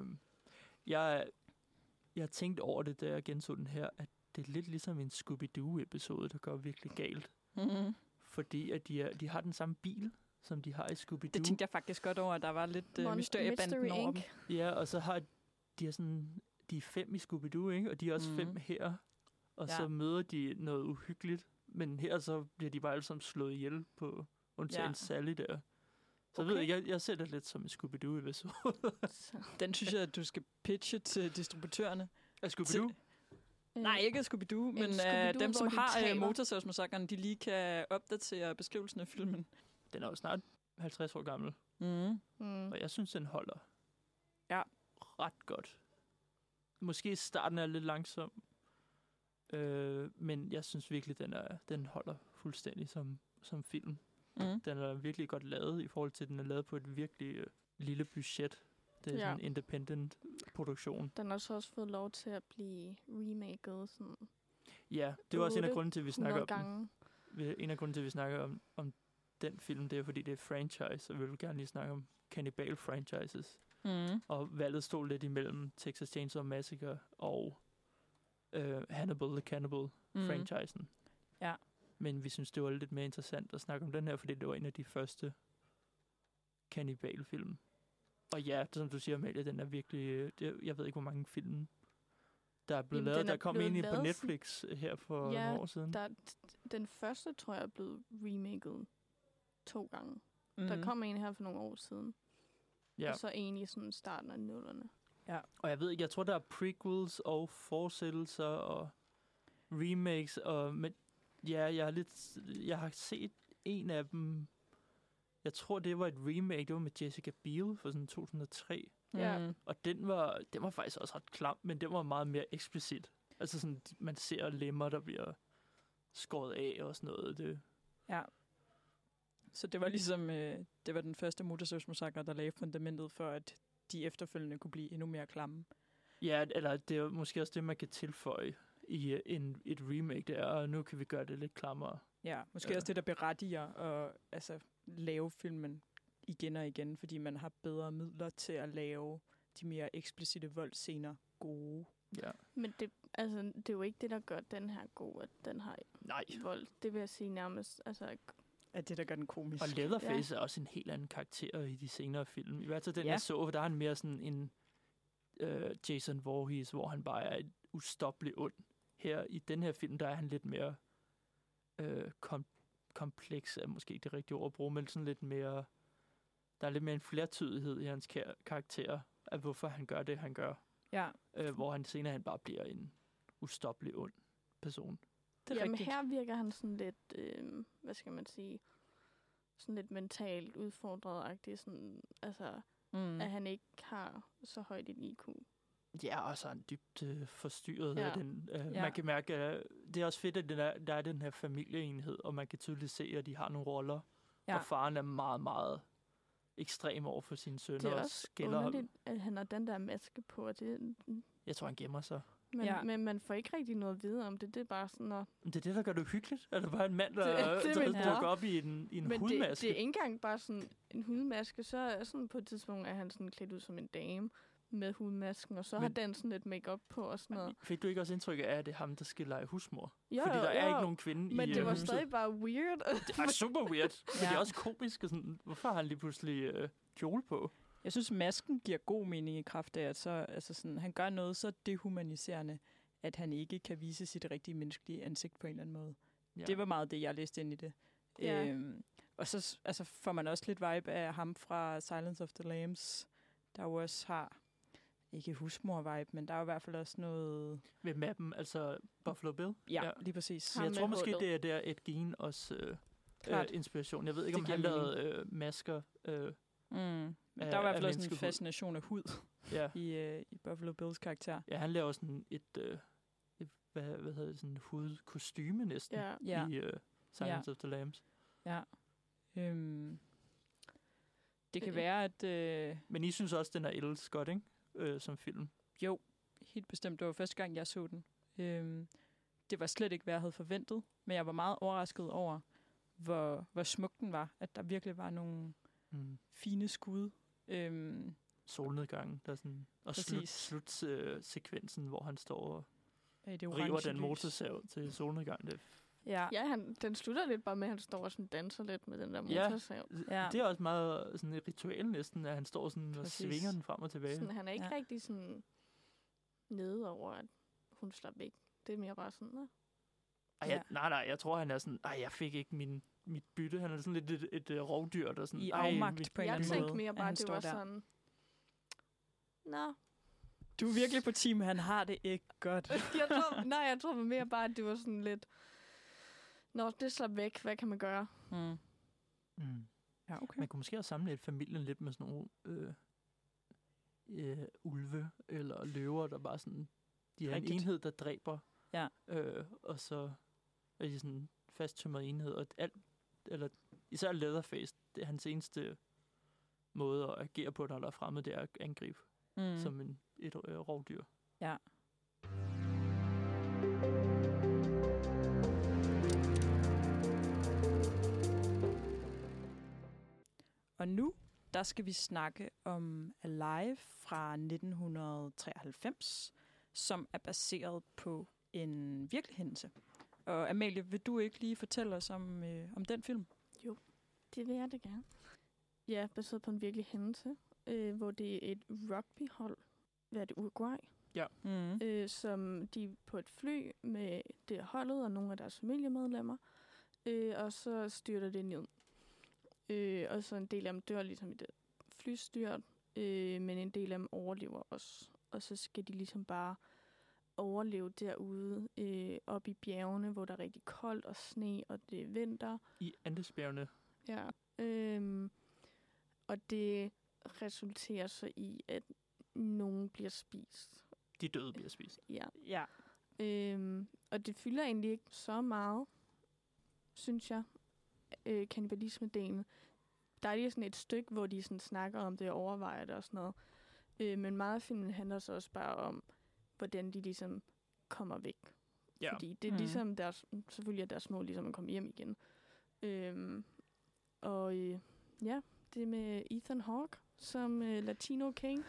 Jeg tænkte over det, da jeg genså den her, at det er lidt ligesom en Scooby-Doo-episode, der går virkelig galt. Mm-hmm. Fordi at de har den samme bil, som de har i Scooby-Doo. Det tænkte jeg faktisk godt over, at der var lidt mysteriebanden over dem. Ja, og så har de er 5 i Scooby-Doo, ikke? Og de er også 5 her. Og så møder de noget uhyggeligt. Men her så bliver de bare alle sammen slået ihjel på undtagen Sally der. Så ved jeg ser det lidt som en Scooby-Doo-episode. Den synes jeg, at du skal pitche til distributørerne. Af Scooby-Doo? Nej, ikke af Scooby-Doo, men dem, som har Motorsavsmassakren, de lige kan opdatere beskrivelsen af filmen. Den er jo snart 50 år gammel. Og jeg synes, den holder ret godt. Måske starten er lidt langsom, men jeg synes virkelig, den holder fuldstændig som film. Den er virkelig godt lavet i forhold til, at den er lavet på et virkelig lille budget. Det er sådan en independent produktion. Den har også fået lov til at blive remaket sådan. Ja, det var også en af grunden til, at vi snakker om en af grunden til, at vi snakker om den film, det er fordi det er franchise, og vi vil gerne lige snakke om Cannibal franchises. Og valget stod lidt imellem Texas Chainsaw Massacre og Hannibal the Cannibal franchisen. Ja. Men vi synes, det var lidt mere interessant at snakke om den her, fordi det var en af de første Cannibal-film. Og ja, det, som du siger, Amalie, den er virkelig... jeg ved ikke, hvor mange film, Der er blevet lavet, der kom en ind på Netflix her for nogle år siden. Den første, tror jeg, er blevet remaket 2 gange. Der kom en her for nogle år siden. Ja. Og så en i sådan starten af 00'erne. Ja. Og jeg ved ikke, jeg tror, der er prequels og fortsættelser og remakes. Men ja, jeg har set en af dem. Jeg tror, det var et remake. Det var med Jessica Biel fra sådan 2003. Ja. Og den var faktisk også ret klam, men den var meget mere eksplicit. Altså sådan, man ser lemmer, der bliver skåret af og sådan noget. Det. Ja. Så det var ligesom, det var den første Motorsavsmassakre, der lagde fundamentet for, at de efterfølgende kunne blive endnu mere klamme. Ja, eller det er måske også det, man kan tilføje i et remake, det er, og nu kan vi gøre det lidt klammere. Ja, måske også det, der berettiger at lave filmen igen og igen, fordi man har bedre midler til at lave de mere eksplicite voldscener gode. Ja. Men det er jo ikke det, der gør den her god, at den har vold. Det vil jeg sige nærmest. Altså, at det, der gør den komisk. Og Leatherface er også en helt anden karakter i de senere film. I hvert fald den, jeg så, der er han mere sådan en Jason Voorhees, hvor han bare er et ustoppeligt ond. Her i den her film, der er han lidt mere kompleks, er måske ikke det rigtige ord at bruge, men sådan lidt mere, der er lidt mere en flertydighed i hans karakter, af hvorfor han gør det, han gør. Ja. Hvor han senere han bare bliver en ustoppelig ond person. Jamen her virker han sådan lidt, hvad skal man sige, sådan lidt mentalt udfordret-agtig, sådan, altså, at han ikke har så højt et IQ. Ja, og så er han dybt forstyrret af den. Man kan mærke, det er også fedt, at der er den her familieenhed, og man kan tydeligt se, at de har nogle roller. Ja. Og faren er meget, meget ekstrem over for sine sønner. Det er også underligt, at han har den der maske på. Og det, jeg tror, han gemmer sig. Men man får ikke rigtig noget at vide om det. Det er bare sådan at... Det er det, der gør det hyggeligt. Er det bare en mand, der dukker op i en hudmaske? Det er ikke engang bare sådan en hudmaske. Så er sådan på et tidspunkt, er han sådan klædt ud som en dame med hudmasken, og så har den sådan lidt make-up på og sådan noget. Fik du ikke også indtryk af, at det er ham, der skal lege husmor? Jo, fordi der er ikke nogen kvinde i men det var stadig bare weird. Det er super weird, men det er også komisk. Sådan, hvorfor har han lige pludselig kjole på? Jeg synes, masken giver god mening i kraft af, at han gør noget så dehumaniserende, at han ikke kan vise sit rigtige menneskelige ansigt på en eller anden måde. Ja. Det var meget det, jeg læste ind i det. Ja. Og så får man også lidt vibe af ham fra Silence of the Lambs, der jo også har, ikke husmor-vibe, men der er jo i hvert fald også noget... Ved mappen, altså Buffalo Bill? Ja, lige præcis. Jeg tror måske, det er der Ed Gein også inspiration. Jeg ved ikke, om han lavede masker... Men der er i hvert fald også en fascination af hud i Buffalo Bills karakter. Ja, han laver sådan et hvad hedder det, sådan hudkostyme næsten i Silence of the Lambs. Ja. Det kan være, at... Men I synes også, den er ellers godt, ikke? Som film. Jo, helt bestemt. Det var første gang, jeg så den. Det var slet ikke, hvad jeg havde forventet, men jeg var meget overrasket over, hvor smuk den var. At der virkelig var nogle fine skud. Solnedgangen, der sådan, og slutsekvensen, hvor han står og river den motorsav til solnedgangen. Den slutter lidt bare med, at han står og sådan danser lidt med den der motorsav. Ja, det er også meget sådan et ritual næsten, at han står sådan og svinger den frem og tilbage. Sådan, han er ikke rigtig sådan nede over, at hun slap væk. Det er mere bare sådan, Nej, jeg tror, han er sådan, jeg fik ikke mit bytte. Han er sådan lidt et rovdyr, der sådan... I afmagt på en eller anden måde. Jeg tænkte mere bare, at det var sådan... Nå. Du er virkelig på team, han har det ikke godt. jeg tror mere bare, at det var sådan lidt... Nå, det slap væk. Hvad kan man gøre? Ja, okay. Man kunne måske også samle et familien lidt med sådan nogle ulve eller løver, der bare sådan... De er en enhed, der dræber. Ja. Og så er de sådan fasttømret enhed. Og eller især Leatherface, det er hans eneste måde at agere på, når der er fremmed, det er at angribe som et rovdyr. Ja. Og nu, der skal vi snakke om Alive fra 1993, som er baseret på en virkelig hændelse. Og Amalie, vil du ikke lige fortælle os om den film? Jo, det vil jeg da gerne. Ja, baseret på en virkelig hændelse, hvor det er et rugbyhold. Hvad er det, Uruguay? Ja. Som de på et fly med det holdet og nogle af deres familiemedlemmer, og så styrter det ned. Og så en del af dem dør ligesom i det flystyrt, men en del af dem overlever også. Og så skal de ligesom bare overleve derude op i bjergene, hvor der er rigtig koldt og sne, og det er vinter. I Andesbjergene. Ja. Og det resulterer så i, at nogen bliver spist. De døde bliver spist. Ja. Og det fylder egentlig ikke så meget, synes jeg, kannibalisme-delen. Der er lige sådan et stykke, hvor de sådan snakker om det og overvejer det og sådan noget. Men meget af filmen handler så også bare om, hvordan de ligesom kommer væk. Ja. Fordi det er ligesom selvfølgelig er deres mål ligesom at komme hjem igen. Det med Ethan Hawke som Latino King.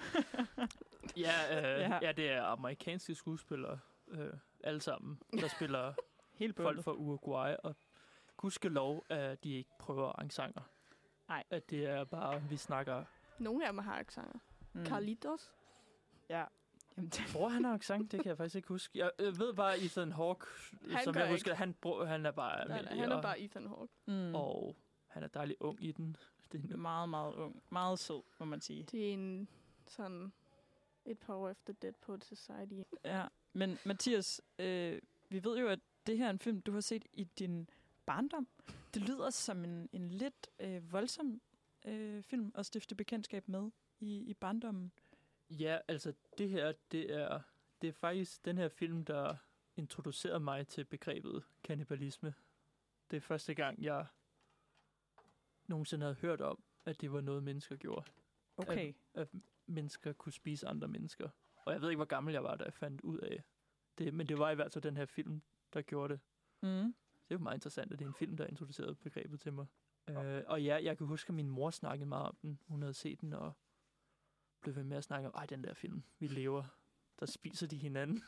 Ja, det er amerikanske skuespillere alle sammen, der spiller helt folk fra Uruguay, og gudskelov, at de ikke prøver accenter. Nej. At det er bare, vi snakker... Nogle af dem har accenter. Carlitos. Ja. Jamen, tror han har accent? Det kan jeg faktisk ikke huske. Jeg ved bare, Ethan Hawke, som jeg husker, han er bare... Han er bare Ethan Hawke. Og han er dejlig ung i den. Det er meget, meget ung. Meget sød, må man sige. Det er en sådan et par år efter Deadpool Society. Ja, men Mathias, vi ved jo, at det her er en film, du har set i din barndom. Det lyder som en lidt voldsom film at stifte bekendtskab med i barndommen. Ja, altså det her, det er faktisk den her film, der introducerede mig til begrebet kannibalisme. Det er første gang, jeg nogensinde havde hørt om, at det var noget, mennesker gjorde. Okay. At mennesker kunne spise andre mennesker. Og jeg ved ikke, hvor gammel jeg var, da jeg fandt ud af det. Men det var i hvert fald den her film, der gjorde det. Mm. Det er jo meget interessant, at det er en film, der introducerede begrebet til mig. Og ja, jeg kan huske, at min mor snakkede meget om den. Hun havde set den og blev ved med at snakke om, den der film, vi lever, der spiser de hinanden.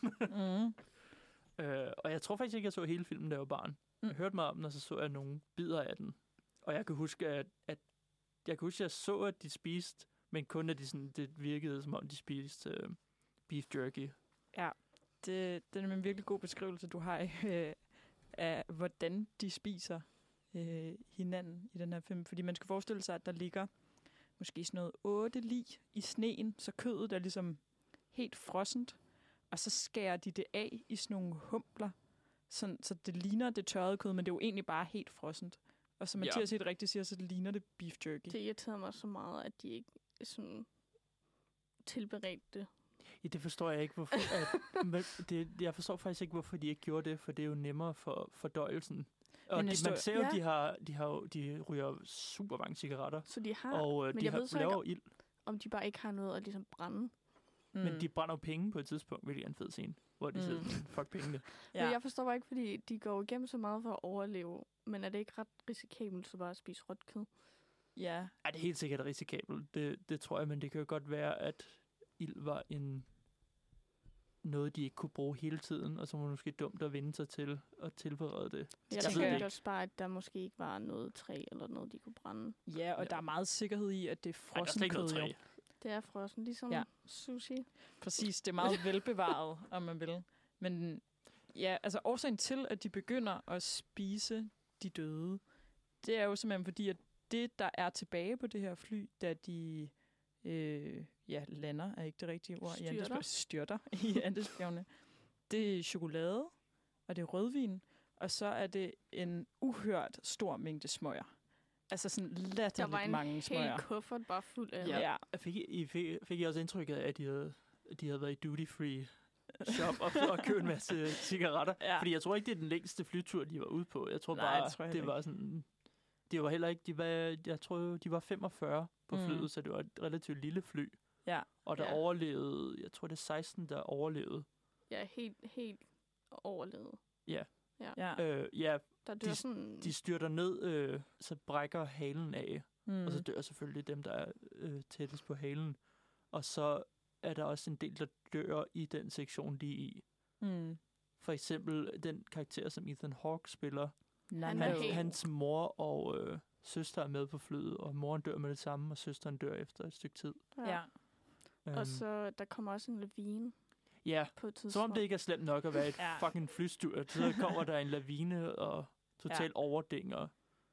Og jeg tror faktisk ikke, jeg så hele filmen, da jeg var barn. Jeg hørte mig om den, og så så jeg nogle bidder af den. Og jeg kan huske, at jeg så, at de spiste, men kun at det virkede, som om de spiste beef jerky. Ja, det er en virkelig god beskrivelse, du har af hvordan de spiser hinanden i den her film. Fordi man skal forestille sig, at der ligger måske sådan noget 8 lig i sneen, så kødet er ligesom helt frossent, og så skærer de det af i sådan nogle humpler, så det ligner det tørrede kød, men det er jo egentlig bare helt frossent. Og som Mathias helt rigtigt siger, så ligner det beef jerky. Det irriterer mig så meget, at de ikke sådan tilberedte det. Ja, det forstår jeg ikke, hvorfor. Jeg forstår faktisk ikke, hvorfor de ikke gjorde det, for det er jo nemmere for fordøjelsen. Og man ser jo, de ryger super mange cigaretter. Så de har, og men de laver ild. Om de bare ikke har noget at ligesom brænde. Men de brænder penge på et tidspunkt, hvilket er en fed scene, hvor de siger, fuck pengene. Ja. Men jeg forstår bare ikke, fordi de går igennem så meget for at overleve. Men er det ikke ret risikabelt så bare at spise råt kød? Ja. Er det helt sikkert risikabelt? Det tror jeg, men det kan jo godt være, at ild var noget, de ikke kunne bruge hele tiden, og så var det måske dumt at vende sig til at tilberede det. Jeg tænker også bare, at der måske ikke var noget træ eller noget, de kunne brænde. Ja, og der er meget sikkerhed i, at det er frossen kød. Det er frossen, ligesom sushi. Præcis, det er meget velbevaret, om man vil. Men ja, altså årsagen til, at de begynder at spise de døde, det er jo simpelthen fordi, at det, der er tilbage på det her fly, da de lander, er ikke det rigtige ord, styrter i Andesbjergene, det er chokolade, og det er rødvin, og så er det en uhørt stor mængde smøger. Altså sådan latterligt mange smøger. Der var en hel kuffert bare fuld af. Ja. Fik I også indtrykket af, at de havde været i duty-free shop og købt en masse cigaretter? Ja. Fordi jeg tror ikke, det er den længste flytur, de var ude på. Jeg tror bare, det var sådan... Det var heller ikke... Jeg tror, de var 45 på flyet, så det var et relativt lille fly. Ja. Og der overlevede... Jeg tror, det er 16, der overlevede. Ja, helt overlevede. Ja. Der de styrter ned, så brækker halen af, og så dør selvfølgelig dem, der er tættest på halen. Og så er der også en del, der dør i den sektion, de er i. For eksempel den karakter, som Ethan Hawke spiller. Hans mor og søster er med på flyet, og moren dør med det samme, og søsteren dør efter et stykke tid. Ja. Og så der kommer også en lavine. Ja, på et tidspunkt. som om det ikke er slemt nok at være et fucking flystyrt. Så kommer der en lavine og totalt overdænger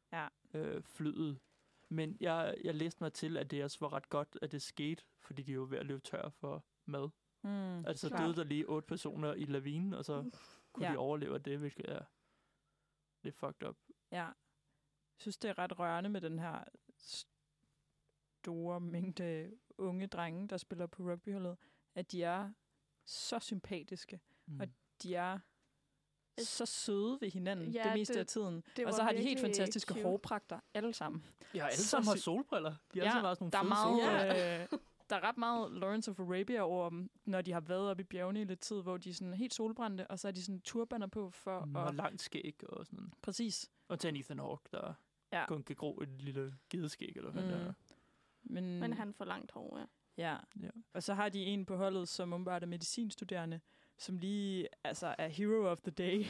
flyet. Men jeg læste mig til, at det også var ret godt, at det skete, fordi de jo var ved at løbe tør for mad. Altså døde der lige 8 personer i lavinen, og så kunne de overleve det, hvilket er lidt fucked up. Ja. Jeg synes, det er ret rørende med den her store mængde unge drenge, der spiller på rugbyholdet, at de er så sympatiske, og de er så søde ved hinanden det meste af tiden. Og så har de helt fantastiske hårpragter, alle sammen. Ja, alle sammen har solbriller. De er alle sammen sådan nogle fede solbriller. Der er ret meget Lawrence of Arabia over dem, når de har været oppe i bjørne i lidt tid, hvor de er sådan helt solbrændte, og så er de sådan turbaner på for og langt skæg og sådan. Præcis. Og til Ethan Hawke, der kun kan gro et lille gedeskæg, eller hvad der. Men han får langt hår, ja. Og så har de en på holdet, som åbenbart er medicinstuderende, som lige er hero of the day.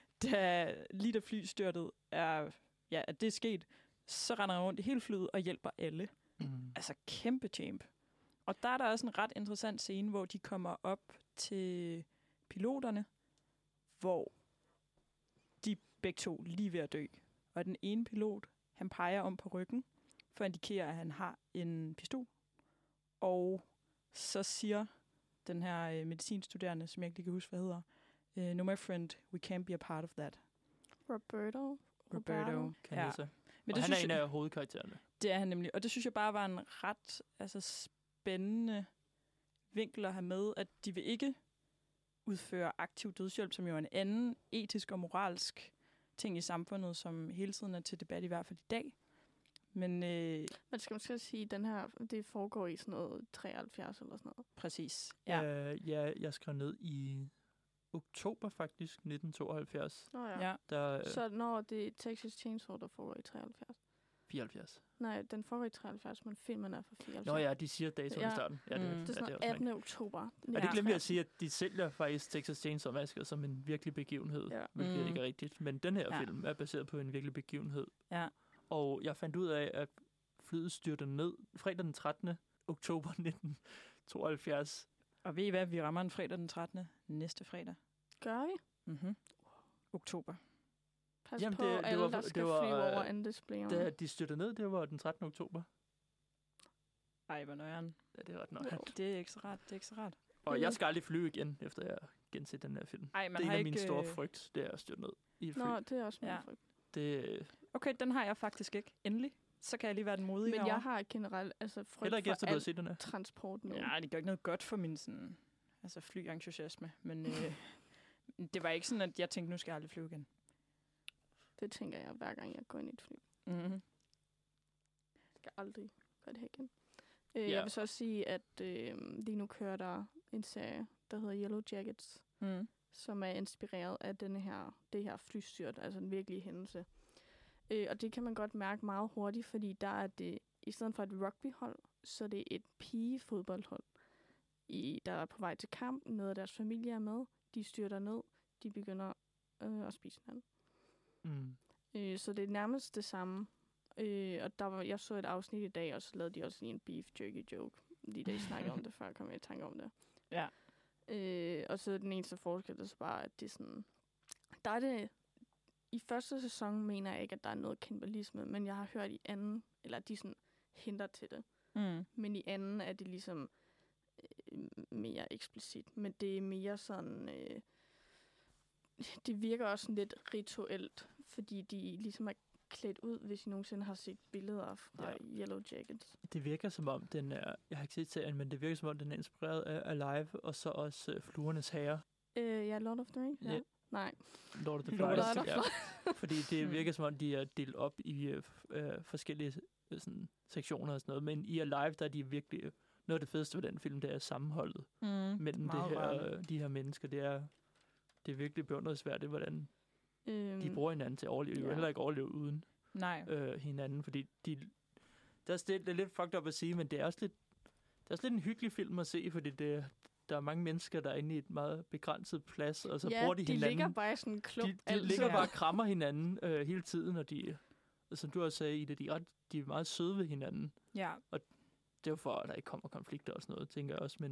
Da flystyrtet at det er sket, så render han rundt i hele flyet og hjælper alle. Altså kæmpe champ. Og der er der også en ret interessant scene, hvor de kommer op til piloterne, hvor de begge to lige ved at dø. Og den ene pilot, han peger om på ryggen, for at indikere, at han har en pistol. Og så siger den her medicinstuderende, som jeg ikke lige kan huske, hvad hedder, no, my friend, we can't be a part of that. Roberto. Ja. Men og han er en af hovedkaraktererne. Det er han nemlig. Og det synes jeg bare var en ret spændende vinkel at have med, at de vil ikke udføre aktiv dødshjælp, som jo er en anden etisk og moralsk ting i samfundet, som hele tiden er til debat, i hvert fald i dag. Men skal man sige, den her, det foregår i sådan noget 73 eller sådan noget? Præcis. Jeg skrev ned i oktober faktisk, 1972. Så når det er Texas Chainsaw, der foregår i 73? 74. Nej, den foregår i 73, men filmen er fra 74. Nå ja, de siger datoen i starten. Ja, det er sådan 18. oktober. Ja, det glemte jeg at sige, at de sælger faktisk Texas Chainsaw Massacre som en virkelig begivenhed, hvilket ikke er rigtigt. Men den her film er baseret på en virkelig begivenhed. Ja. Og jeg fandt ud af, at flyet styrtede ned fredag den 13. oktober 1972. Og ved I hvad, vi rammer en fredag den 13. næste fredag. Gør vi? Oktober. Pas på alle, der skal flyve over Andesblæren. Da de styrtede ned, det var den 13. oktober. Ej, hvor nøjeren. Ja, det er ret nøjeren. Det er ikke så rart. Og jeg skal aldrig flyve igen, efter jeg genset den her film. Ej, det er en af mine store frygt, det er at styrte ned i et fly. Nå, det er også min frygt. Okay, den har jeg faktisk ikke. Endelig. Så kan jeg lige være den modige. Men jeg har generelt frygt for al transport nu. Ja, det gør ikke noget godt for min flyentusiasme. Men det var ikke sådan, at jeg tænkte, nu skal jeg aldrig flyve igen. Det tænker jeg, hver gang jeg går ind i et fly. Jeg skal aldrig gøre det her igen. Jeg vil så også sige, at lige nu kører der en serie, der hedder Yellow Jackets, som er inspireret af det her flystyrt, altså en virkelig hændelse. Og det kan man godt mærke meget hurtigt, fordi der er det, i stedet for et rugbyhold, så er det et pigefodboldhold, der er på vej til kamp. Noget af deres familie er med. De styrter ned. De begynder at spise hinanden. Så det er nærmest det samme. Og jeg så et afsnit i dag, og så lavede de også lige en beef jerky joke. Lige da I snakkede om det før, kom jeg i tanke om det. Ja. Og så den eneste forskel, det er så bare, at det er sådan... Der er det... I første sæson mener jeg ikke, at der er noget kannibalisme, men jeg har hørt i anden, eller de sådan henter til det. Men i anden er det ligesom mere eksplicit. Men det er mere sådan... det virker også sådan lidt rituelt, fordi de ligesom er klædt ud, hvis I nogensinde har set billeder fra Yellow Jackets. Det virker som om, den er... Jeg har ikke set serien, men det virker som om, den er inspireret af Alive, og så også Fluernes Herre. Ja, Lord of the Rings, ja. Nej. Lord of the Flies, ja. Fordi det virker som om, de er delt op i forskellige sådan, sektioner og sådan noget. Men i Alive, der er de virkelig... Noget af det fedeste ved den film, det er sammenholdet mellem de her mennesker. Det er virkelig beundringsværdigt, hvordan de bruger hinanden til at overleve. De vil heller ikke overleve uden hinanden, fordi det er lidt fucked up at sige, men det er også lidt en hyggelig film at se, fordi der er mange mennesker, der er inde i et meget begrænset plads, og så bruger de hinanden. Ja, de ligger bare i sådan en klump. De ligger bare og krammer hinanden hele tiden, og som du også sagde, Ida, de er meget søde ved hinanden. Ja. Og det er jo for, at der ikke kommer konflikter og sådan noget, tænker jeg også, men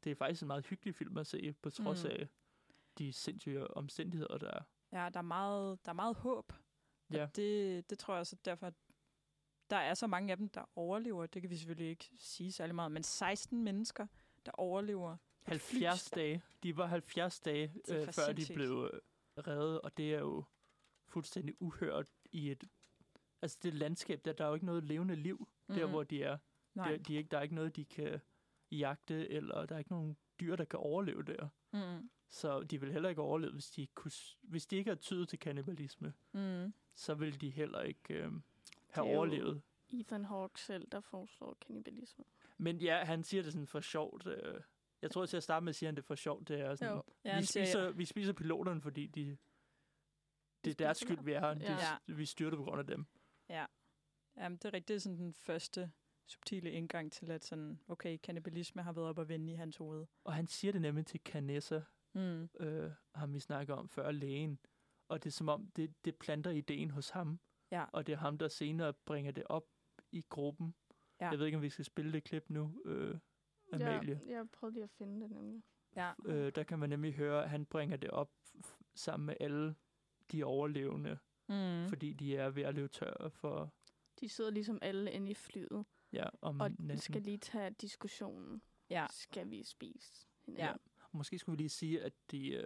det er faktisk en meget hyggelig film at se, på trods af de sindssyge omstændigheder, der er. Ja, der er meget håb. Ja. Det tror jeg også, derfor at der er så mange af dem, der overlever. Det kan vi selvfølgelig ikke sige særlig meget, men 16 mennesker, der overlever 70 dage. De var 70 dage, før de blev reddet, og det er jo fuldstændig uhørt i det landskab, der er jo ikke noget levende liv, der hvor de er. Der er ikke noget, de kan jagte, eller der er ikke nogen dyr, der kan overleve der. Så de vil heller ikke overleve, hvis de ikke har tydet til kannibalisme. Så vil de heller ikke have overlevet. Ethan Hawke selv, der foreslår kannibalisme. Men ja, han siger det sådan for sjovt. Jeg tror, til at starte med at sige, han det for sjovt. Det er sådan, vi spiser piloterne, fordi det er deres skyld, vi er her. Vi styrter på grund af dem. Ja. Jamen, det er rigtigt. Det er sådan den første subtile indgang til, at sådan, okay, kannibalisme har været op at vende i hans hoved. Og han siger det nemlig til Canessa, ham vi snakker om før, lægen. Og det er som om, det planter ideen hos ham. Ja. Og det er ham, der senere bringer det op i gruppen. Ja. Jeg ved ikke, om vi skal spille det klip nu, Amalie. Ja, jeg prøvede lige at finde det nemlig. Ja. Der kan man nemlig høre, at han bringer det op sammen med alle de overlevende, fordi de er ved at løbe tør for... De sidder ligesom alle inde i flyet. Ja, og næsten skal lige tage diskussionen. Ja. Skal vi spise hinanden? Ja. Og måske skulle vi lige sige, at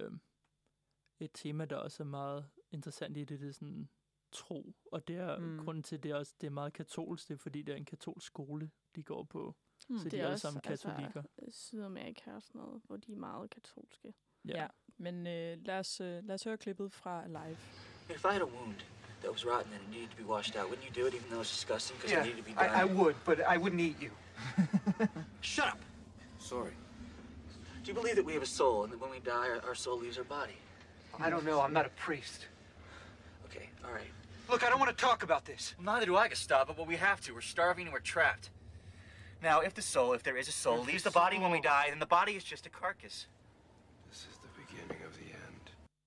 et tema, der også er meget interessant i det er sådan tro. Og det er grunden til, det er meget katolsk, det er fordi, det er en katolsk skole, de går på. Så de er alle sammen katolikker. Sydamerika og sådan noget, hvor de er meget katolske. Ja. Men lad os høre klippet fra Alive. If I had a wound that was rotten and it needed to be washed out, wouldn't you do it even though it's disgusting because it needed to be done? I would, but I wouldn't eat you. Shut up! Sorry. Do you believe that we have a soul and that when we die, our soul leaves our body? I don't know. I'm not a priest. Okay, all right. Look, I don't want to talk about this. Well, neither do I, Gustavo, but we have to. We're starving and we're trapped. Now, if there is a soul, leaves the body when we die, then the body is just a carcass. This is the beginning of the end.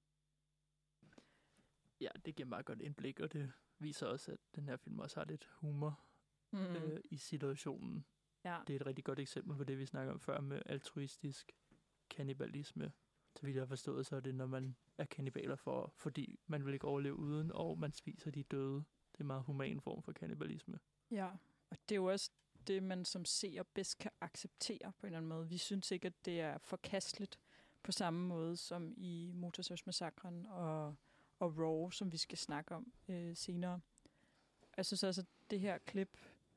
Ja, det giver meget godt indblik, og det viser også, at den her film også har lidt humor i situationen. Ja. Det er et rigtig godt eksempel på det, vi snakker om før med altruistisk kannibalisme. Så vidt jeg har forstået, så er det, når man er kannibaler fordi man vil ikke overleve uden, og man spiser de døde. Det er en meget human form for kannibalisme. Ja, og det er jo også det, man som seer bedst kan acceptere på en eller anden måde. Vi synes ikke, at det er forkasteligt på samme måde som i Motorsavsmassakren og Raw, som vi skal snakke om senere. Jeg synes altså, at det her klip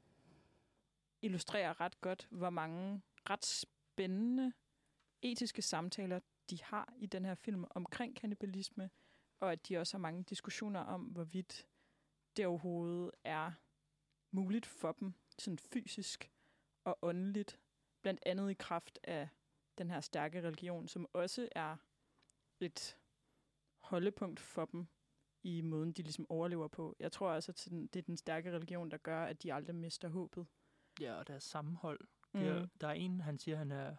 illustrerer ret godt, hvor mange ret spændende etiske samtaler de har i den her film omkring kannibalisme, og at de også har mange diskussioner om, hvorvidt det overhovedet er muligt for dem, sådan fysisk og åndeligt, blandt andet i kraft af den her stærke religion, som også er et holdepunkt for dem i måden, de ligesom overlever på. Jeg tror også, at det er den stærke religion, der gør, at de aldrig mister håbet. Ja, og der er sammenhold. Der er en, han siger, han er...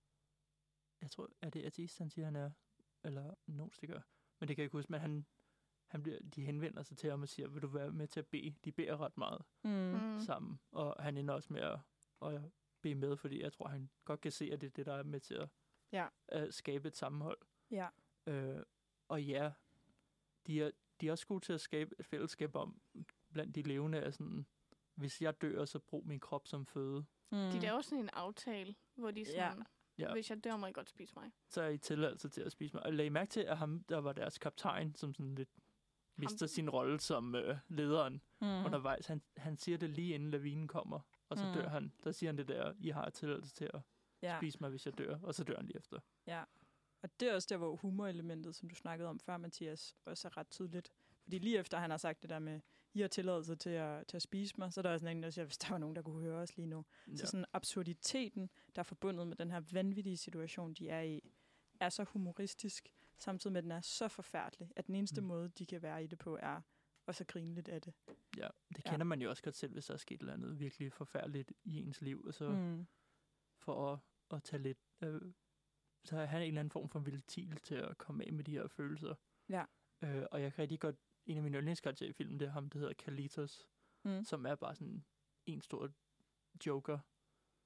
Jeg tror, er det ateist, han siger, han er? Eller gnostiker. Men det kan jeg ikke huske, men de henvender sig til ham og siger, vil du være med til at bede? De beder ret meget sammen. Og han ender også med at bede med, fordi jeg tror, han godt kan se, at det er det, der er med til at skabe et sammenhold. Ja. Og ja, de er også gode til at skabe et fællesskab om, blandt de levende, er sådan, hvis jeg dør, så brug min krop som føde. De laver sådan en aftale, hvor de sådan, hvis jeg dør, må I godt spise mig. Så er I tilladelse til at spise mig. Og lag mærke til, at ham, der var deres kaptajn, som sådan lidt mister sin rolle som lederen undervejs. Han siger det lige inden lavinen kommer, og så dør han. Der siger han det der, I har tilladelse til at spise mig, hvis jeg dør, og så dør han lige efter. Ja, og det er også der, hvor humorelementet, som du snakkede om før, Mathias, også er ret tydeligt. Fordi lige efter han har sagt det der med, I har tilladelse til at spise mig, så er der også en, der siger, hvis der var nogen, der kunne høre os lige nu. Ja. Så sådan absurditeten, der er forbundet med den her vanvittige situation, de er i, er så humoristisk, samtidig med, at den er så forfærdelig, at den eneste måde, de kan være i det på, er også at grine lidt af det. Ja, det kender man jo også godt selv, hvis der er sket noget andet virkelig forfærdeligt i ens liv. Og så for at tage lidt... så har han en eller anden form for ventil til at komme af med de her følelser. Ja. Og jeg kan rigtig godt... En af mine yndlingskarakterer i filmen, det er ham, der hedder Carlitos, som er bare sådan en stor joker.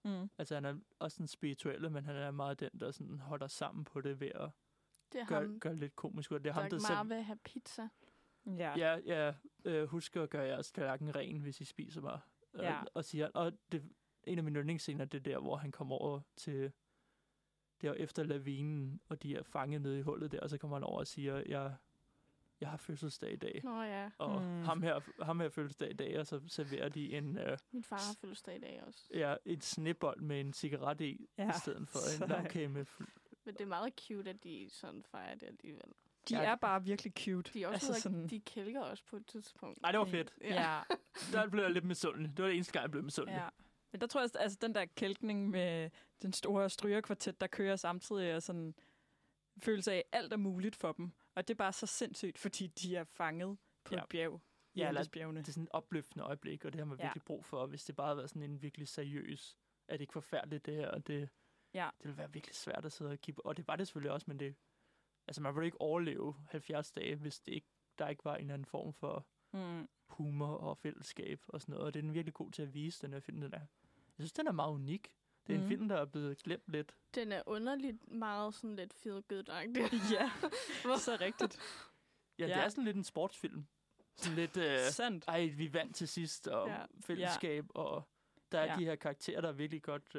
Altså, han er også den spirituelle, men han er meget den, der sådan holder sammen på det ved at gøre lidt komisk. Det er ham, der meget vil have pizza. Ja, husk at gøre jeres tallerken ren, hvis I spiser mig. Og siger, og det, en af mine yndlingsscener, det er der, hvor han kommer over til der efter lavinen, og de er fanget nede i hullet der, og så kommer han over og siger, jeg har fødselsdag i dag. Nå ja. Og ham her fødselsdag i dag, og så serverer de en... Min far har fødselsdag i dag også. Ja, en snebold med en cigaret i stedet for en lavkage med... Men det er meget cute, at de sådan fejrer det alligevel. De er bare virkelig cute. De er også sådan... De kælker også på et tidspunkt. Nej, det var fedt. Ja. Der blev jeg lidt misundelig. Det var det eneste gang, jeg blev misundelig. Ja. Men der tror jeg, altså den der kælkning med den store strygerkvartet, der kører samtidig, og sådan følelse af, at alt er muligt for dem. Og det er bare så sindssygt, fordi de er fanget på et bjerg. Ja, det er sådan et opløftende øjeblik, og det har man virkelig brug for. Hvis det bare havde været sådan en virkelig seriøs, er det ikke forfærdeligt det her, og det ville være virkelig svært at sidde og kigge. Og det var det selvfølgelig også, men det... Altså, man ville ikke overleve 70 dage, hvis der ikke var en eller anden form for humor og fællesskab og sådan noget. Og det er den virkelig god til at vise, den her film, den er. Jeg synes, den er meget unik. Det er en film, der er blevet glemt lidt. Den er underligt meget sådan lidt feel-good-agtig. Ja, så rigtigt. Ja, det er sådan lidt en sportsfilm. Sådan lidt, sandt. Vi vandt til sidst, og fællesskab, og der er de her karakterer, der er virkelig godt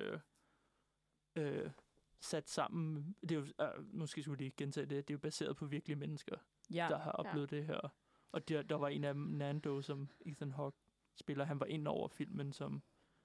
sat sammen. Det er jo, nu skal jeg lige gentage det, det er jo baseret på virkelige mennesker, der har oplevet det her. Og der var en af dem, Nando, som Ethan Hawke spiller, han var ind over filmen som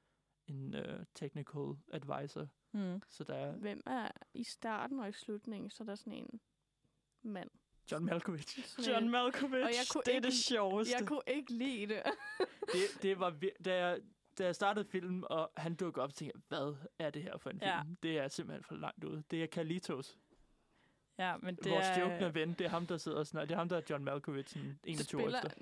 en technical advisor. Så der er... Hvem er i starten og i slutningen, så er der sådan en mand. John Malkovich. John Malkovich, det er det sjoveste. Jeg kunne ikke lide det. det var da jeg startede filmen, og han dukkede op og tænkte, hvad er det her for en film? Det er simpelthen for langt ude. Det er Carlitos. Ja, men det vores stjåkne ven, det er ham, der sidder og snakker. Det er ham, der er John Malkovich, 21 år efter.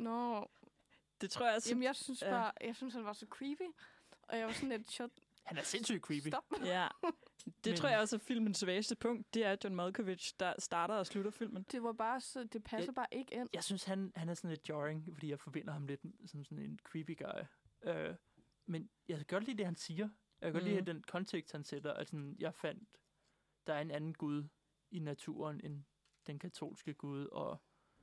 Det tror jeg altså... Jamen, jeg synes, han var så creepy. Og jeg var sådan lidt shot. Han er sindssygt creepy. Stop. Ja. Det tror jeg også er filmens svageste punkt. Det er John Malkovich, der starter og slutter filmen. Det var bare så... Det passer bare ikke ind. Jeg synes, han er sådan lidt jarring, fordi jeg forbinder ham lidt som sådan en creepy guy. Men jeg kan godt lide det, han siger. Jeg kan godt lide den kontekst, han sætter. Altså, jeg fandt, der er en anden gud i naturen end den katolske gud, og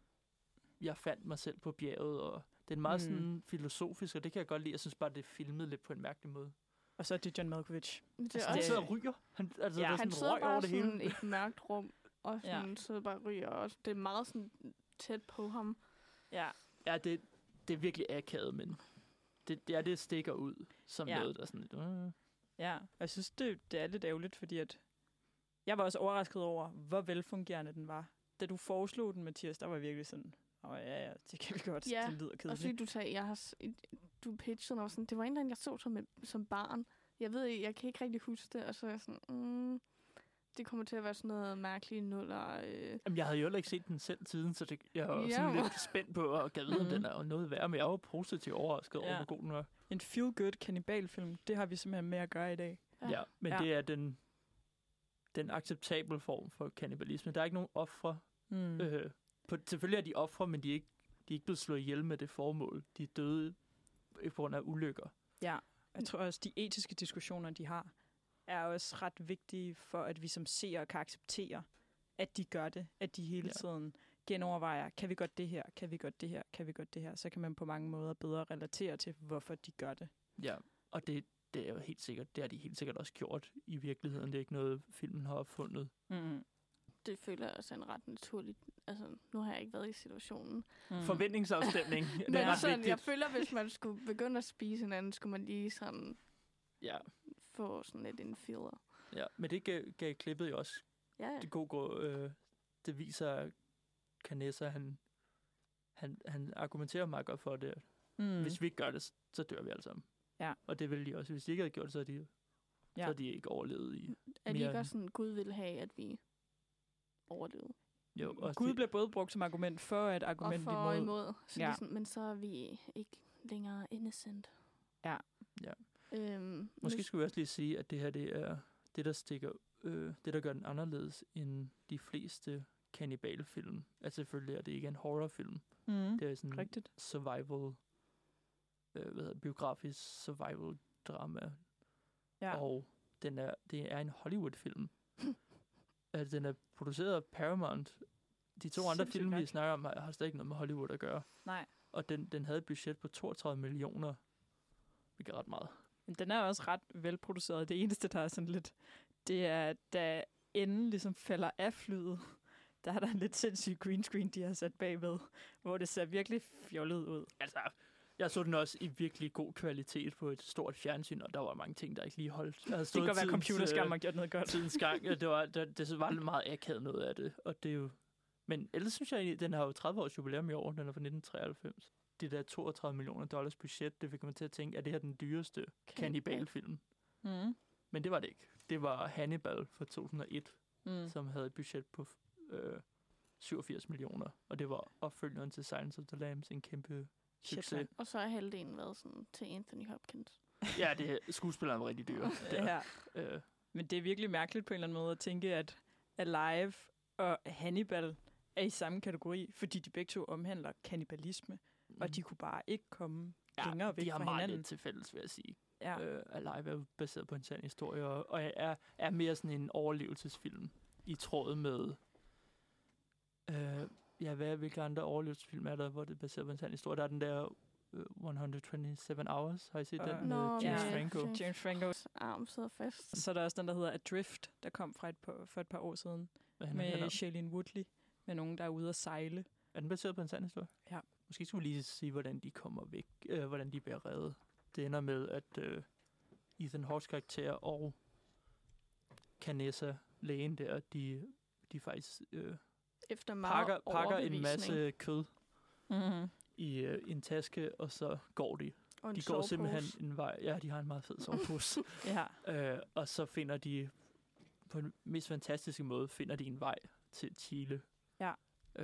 jeg fandt mig selv på bjerget, og det er meget sådan filosofisk, og det kan jeg godt lide. Jeg synes bare, det er filmet lidt på en mærkelig måde. Og så er det John Malkovich. Han sidder og ryger. Han sidder bare sådan i et mørkt rum, og sådan sidder bare og ryger. Og det er meget sådan tæt på ham. Ja, det er virkelig akavet, men det stikker ud som noget, der sådan lidt... Ja, og jeg synes, det er lidt ærgerligt, fordi at jeg var også overrasket over, hvor velfungerende den var. Da du foreslog den, Mathias, der var virkelig sådan, det kan vi godt, det lyder kedeligt. Og så du sagde, du pitchede og sådan, det var en, der jeg så som barn. Jeg kan ikke rigtig huske det, og så er jeg sådan, det kommer til at være sådan noget mærkeligt nuller. Jamen, jeg havde jo heller ikke set den selv siden, så jeg var sådan lidt spændt på at vide, om den er noget værd, men jeg var positivt overrasket over, hvor god den var. En feel-good kannibalfilm, det har vi simpelthen med at gøre i dag. Ja, men det er den acceptable form for kannibalisme. Der er ikke nogen ofre. Selvfølgelig er de ofre, men de er ikke blevet slået ihjel med det formål. De er døde på grund af ulykker. Ja, jeg tror også, de etiske diskussioner, de har, er også ret vigtige for, at vi som seere kan acceptere, at de gør det. At de hele tiden genovervejer, kan vi godt det her, kan vi godt det her, kan vi godt det her. Så kan man på mange måder bedre relatere til, hvorfor de gør det. Ja, og det er jo helt sikkert, det har de helt sikkert også gjort i virkeligheden. Det er ikke noget, filmen har opfundet. Det føler jeg også en ret naturligt. Altså, nu har jeg ikke været i situationen. Forventningsafstemning. Det men er ret sådan, vigtigt. jeg føler, hvis man skulle begynde at spise hinanden, skulle man lige sådan få sådan lidt en feeler. Ja, men det gav klippet jo også. Det det viser, at Canessa, han argumenterer meget godt for det. Hvis vi ikke gør det, så dør vi alle sammen. Ja. Og det ville de også. Hvis de ikke havde gjort det, så havde de ikke overlevet i er det ikke også sådan, Gud ville have, at vi overlevede? Jo, også Gud blev både brugt som argument for, at argument og for imod. Så sådan, men så er vi ikke længere innocent. Ja. Måske skulle vi også lige sige, at det her, det er det, der stikker, det, der gør den anderledes end de fleste kannibalfilm. Altså selvfølgelig er det ikke en horrorfilm. Det er sådan rigtigt. Survival, biografisk survival drama. Ja. Og det er en Hollywood-film. Altså, den er produceret af Paramount. De to andre Sindssygt film, vi nok. snakker om, har slet ikke noget med Hollywood at gøre. Nej. Og den havde et budget på 32 millioner. Hvilket er ret meget. Men den er også ret velproduceret. Det eneste, der er sådan lidt, det er, da enden ligesom falder af flyet, der er der en lidt sindssyg green screen, de har sat bagved, hvor det ser virkelig fjollet ud. Altså, jeg så den også i virkelig god kvalitet på et stort fjernsyn, og der var mange ting, der ikke lige holdt. Det kan godt være, computerskærm har gjort noget godt. Tidens gang. Ja, det var lidt meget akavet noget af det. Og det er jo... Men ellers synes jeg egentlig, den har jo 30 års jubilæum i år. Den er fra 1993. Det der 32 millioner dollars budget, det fik man til at tænke, at det her den dyreste kannibalfilm. Mm. Men det var det ikke. Det var Hannibal fra 2001, som havde et budget på 87 millioner. Og det var opfølgeren til Silence of the Lambs, en kæmpe succes. Og så har halvdelen været sådan til Anthony Hopkins. Ja, skuespilleren var rigtig dyr. Ja. Men det er virkelig mærkeligt på en eller anden måde at tænke, at Alive og Hannibal er i samme kategori, fordi de begge to omhandler kannibalisme, og de kunne bare ikke komme længere væk fra hinanden. De har meget lidt til fælles, vil jeg sige. Ja. Alive er jo baseret på en sand historie, og er mere sådan en overlevelsesfilm i tråd med... hvilke andre overlevelsesfilm er der, hvor det er baseret på en sand historie? Der er den der 127 Hours, har I set den? Med James Franco. James Francos arm sidder fast. Så er der også den, der hedder Adrift, der kom for et par år siden, med Shailene Woodley, med nogen, der er ude at sejle. Er den baseret på en sand historie? Ja. Måske skulle vi lige sige, hvordan de kommer væk, hvordan de bliver reddet. Det ender med, at Ethan Hawke's karakter og Canessa, lægen der, de faktisk efter meget pakker en masse kød i en taske, og så går de. Og de går simpelthen en vej. Ja, de har en meget fed sovepose. Og så finder de på en mest fantastiske måde, finder de en vej til Chile. Ja.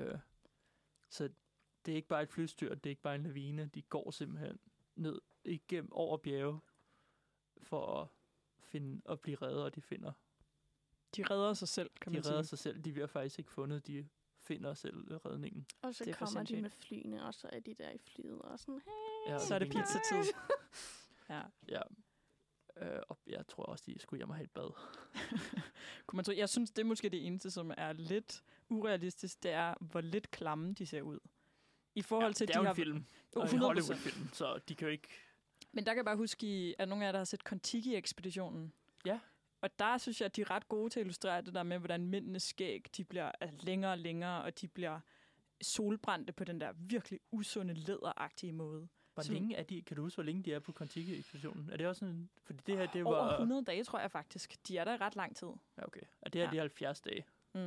Så det er ikke bare et flystyr, det er ikke bare en lavine. De går simpelthen ned igennem over bjerge for at finde og blive reddet, og de finder. De redder sig selv, kan man sige. De redder sig selv. De bliver faktisk ikke fundet. De finder selv redningen. Og så kommer de med flyene, og så er de der i flyet, og sådan, hey. Ja, så er det pizzatid. Ja. Og jeg tror også, de skulle hjem og have et bad. Kunne man tro, jeg synes, det er måske det eneste, som er lidt urealistisk, det er, hvor lidt klamme de ser ud. I forhold til, det er jo en film. Og en Hollywood-film, så de kan jo ikke... Men der kan jeg bare huske, at nogle af jer, der har set Kon-Tiki-ekspeditionen. Ja. Og der synes jeg, at de er ret gode til at illustrere det der med, hvordan mændenes skæg, de bliver længere og længere, og de bliver solbrændte på den der virkelig usunde, læderagtige måde. Hvor længe er de? Kan du huske, hvor længe de er på Kon-Tiki-ekspeditionen? Er det også sådan... Fordi det her, det over var... 100 dage, tror jeg faktisk. De er der i ret lang tid. Ja, okay. Og det her, det er 70 dage.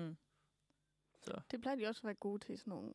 Så. Det plejer de også at være gode til, sådan nogle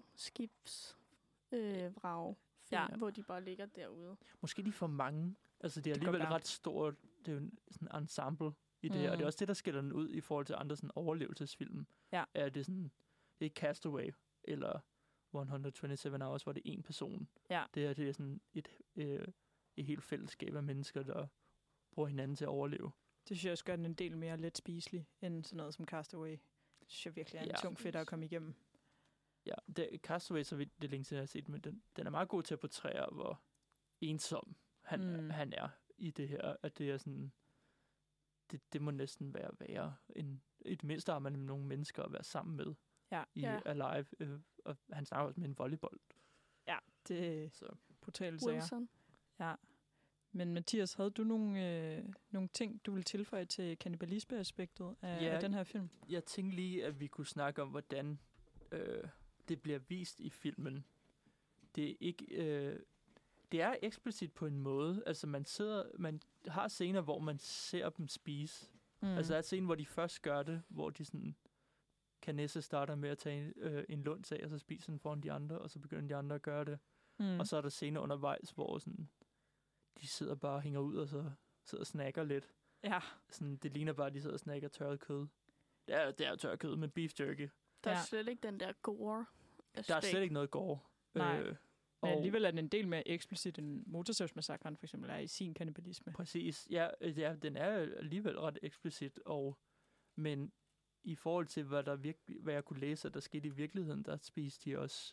skibsvrag, hvor de bare ligger derude. Måske de for mange. Altså, det er alligevel ret stort. Det er jo sådan en ensemble i det her. Og det er også det, der skiller den ud i forhold til andre sådan overlevelsesfilm. Ja. Er det sådan... Det er Castaway, eller 127 Hours, hvor det er en person. Ja. Det er sådan et helt fællesskab af mennesker, der bruger hinanden til at overleve. Det synes jeg også gør den en del mere let spiselig, end sådan noget som Castaway. Det synes jeg virkelig er en tung fedt at komme igennem. Ja, Castaway, så vidt det længe siden jeg har set, men den er meget god til at portrære, hvor ensom han er i det her. At det er sådan... Det må næsten være værre end... I det mindste har man nogle mennesker at være sammen med i Alive. Og han snakker også med en volleyball. Ja, det er brutale sager. Wilson. Ja. Men Mathias, havde du nogle ting, du ville tilføje til kannibalisme-aspektet af den her film? Jeg tænkte lige, at vi kunne snakke om, hvordan det bliver vist i filmen. Det er ikke... det er eksplicit på en måde. Altså, man har scener, hvor man ser dem spise. Altså, der er scene, hvor de først gør det, hvor de sådan... Canessa starter med at tage en lundsag, og så spiser den foran de andre, og så begynder de andre at gøre det. Og så er der scener undervejs, hvor sådan, de sidder bare og hænger ud, og så sidder og snakker lidt. Ja. Sådan, det ligner bare, at de sidder og snakker tørret kød. Det er jo tørret kød med beef jerky. Der er slet ikke den der gore aspekt. Der er slet ikke noget gore. Nej. Men alligevel er den en del mere eksplicit end Motorsavsmassakren for eksempel er i sin kannibalisme. Præcis. Ja, den er alligevel ret eksplicit, men i forhold til, hvad jeg kunne læse, at der skete i virkeligheden, der spiste de også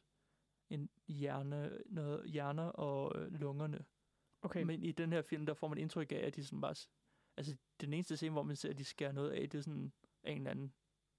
hjerner og lungerne. Okay. Men i den her film, der får man indtryk af, at de sådan bare Altså, den eneste scene, hvor man ser, at de skærer noget af, det er sådan en eller anden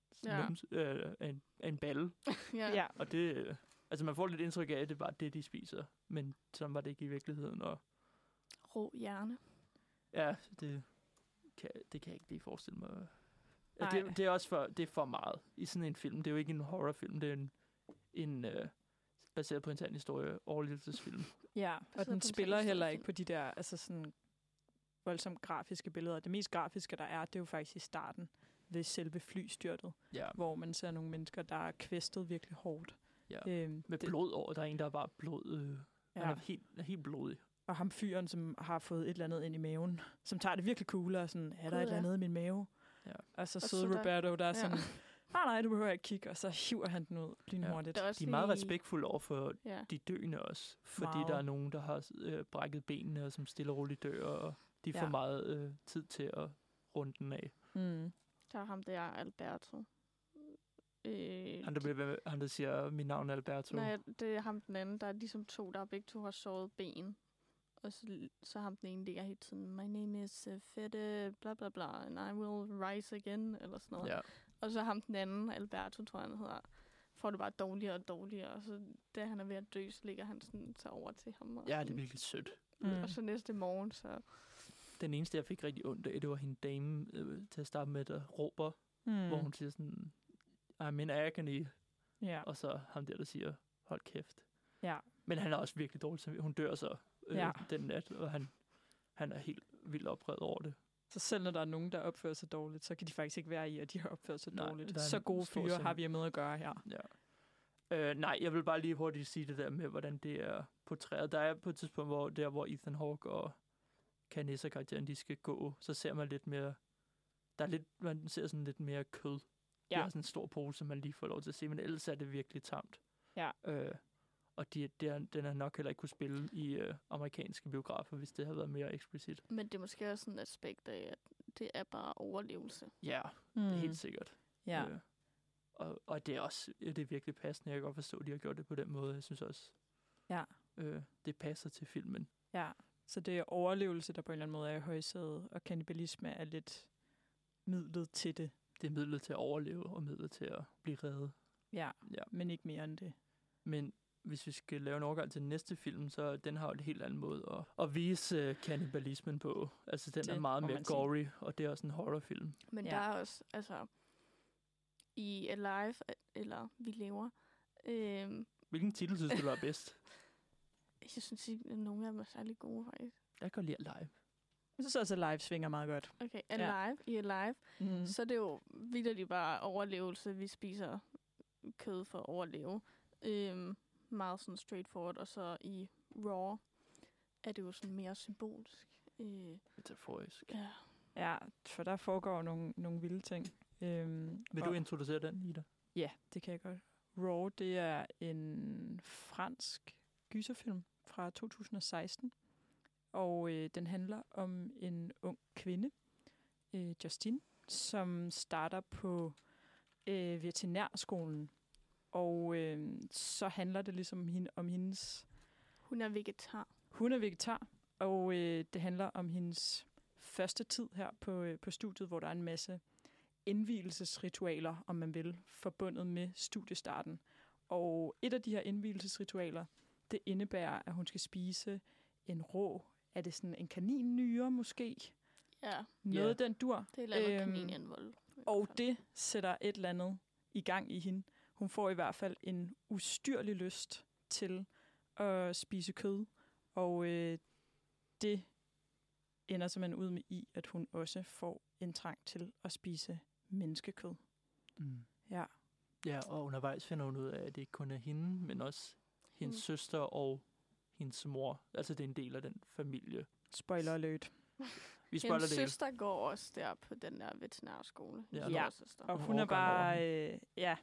en balle. Ja. Og det... Altså, man får lidt indtryk af, at det er bare det, de spiser. Men sådan var det ikke i virkeligheden. Og Rå hjerne. ja, det kan jeg ikke lige forestille mig. Ja, det er også det er for meget i sådan en film. Det er jo ikke en horrorfilm, det er en baseret på en sand historie, overlevelsesfilm. Ja, og den spiller heller ikke på de der altså sådan voldsomt grafiske billeder. Det mest grafiske, der er, det er jo faktisk i starten ved selve flystyrtet, hvor man ser nogle mennesker, der er kvæstet virkelig hårdt. Ja. Med blod over. Der er en, der er bare blod. Han er helt blodig. Og ham fyren, som har fået et eller andet ind i maven, som tager det virkelig cool og sådan, er der et eller andet i min mave? Ja. Og så sidder Roberto, der er sådan, nej, du behøver ikke kigge, og så hiver han den ud lynhurtigt. De er meget respektfulde over for de døende også, fordi der er nogen, der har brækket benene, og som stille og roligt dør, og de får meget tid til at runde den af. Mm. Der er ham der, Alberto. Han der siger, mit navn er Alberto. Nej, det er ham den anden. Der er ligesom to, der begge to har såret ben. Og så ham den ene, der hele tiden, my name is Fette, bla bla bla, and I will rise again, eller sådan noget. Ja. Og så ham den anden, Alberto, tror jeg, han hedder, får det bare dårligere og dårligere. Og så da han er ved at dø, så ligger han sådan så over til ham. Ja, det er virkelig sødt. Og så næste morgen, så... Den eneste, jeg fik rigtig ondt af, det var hende dame til at starte med, der råber, hvor hun siger sådan, I'm in agony. Ja. Og så ham der siger, hold kæft. Ja. Men han er også virkelig dårlig, så hun dør så den nat, og han er helt vildt oprevet over det. Så selv når der er nogen, der opfører sig dårligt, så kan de faktisk ikke være i, at de har opført sig dårligt. Så gode fyre har vi med at gøre her. Ja. Nej, jeg vil bare lige hurtigt sige det der med, hvordan det er portrætteret. Der er på et tidspunkt, hvor Ethan Hawke og Canessa-karakteren, de skal gå, så ser man lidt mere, man ser sådan lidt mere kød. Ja. Det er sådan en stor pose, man lige får lov til at se, men ellers er det virkelig tamt. Ja. Og den har nok heller ikke kunne spille i amerikanske biografer, hvis det havde været mere eksplicit. Men det er måske også sådan et aspekt af, at det er bare overlevelse. Ja, det er helt sikkert. Ja. Og det er også det er virkelig passende. Jeg kan godt forstå, at de har gjort det på den måde. Jeg synes også, det passer til filmen. Ja, så det er overlevelse, der på en eller anden måde er i højsædet, og kannibalisme er lidt midlet til det. Det er midlet til at overleve, og midlet til at blive reddet. Ja, men ikke mere end det. Men hvis vi skal lave en overgang til den næste film, så den har jo et helt andet måde at vise kannibalismen på. Altså, den er meget mere gory, og det er også en horrorfilm. Men der er også, altså, i Alive, eller Vi lever... Hvilken titel synes du er bedst? Jeg synes ikke, at nogen af dem er særlig gode, faktisk. Jeg kan lide Alive. Jeg synes også, at Alive svinger meget godt. Okay, i Alive, så er det jo vitterligt bare overlevelse. Vi spiser kød for at overleve. Meget sådan straightforward, og så i Raw er det jo sådan mere symbolsk. Metaforisk. Ja, for der foregår nogle vilde ting. Vil du introducere den, Ida? Ja, det kan jeg godt. Raw, det er en fransk gyserfilm fra 2016, og den handler om en ung kvinde, Justine, som starter på veterinærskolen. Og så handler det ligesom om hendes... Hun er vegetar. Hun er vegetar, og det handler om hendes første tid her på studiet, hvor der er en masse indvielsesritualer, om man vil, forbundet med studiestarten. Og et af de her indvielsesritualer, det indebærer, at hun skal spise en rå, er det sådan en kaninnyre måske? Ja. Noget den dur. Det er et eller andet kaninindvold. Og det sætter et eller andet i gang i hende. Hun får i hvert fald en ustyrlig lyst til at spise kød, og det ender simpelthen ud med i, at hun også får en trang til at spise menneskekød. Mm. Ja. Ja, og undervejs finder hun ud af, at det ikke kun er hende, men også hendes søster og hendes mor. Altså, det er en del af den familie. Spoiler alert. Vi spoiler hendes søster går også der på den der veterinærskole. Ja, og hun er bare...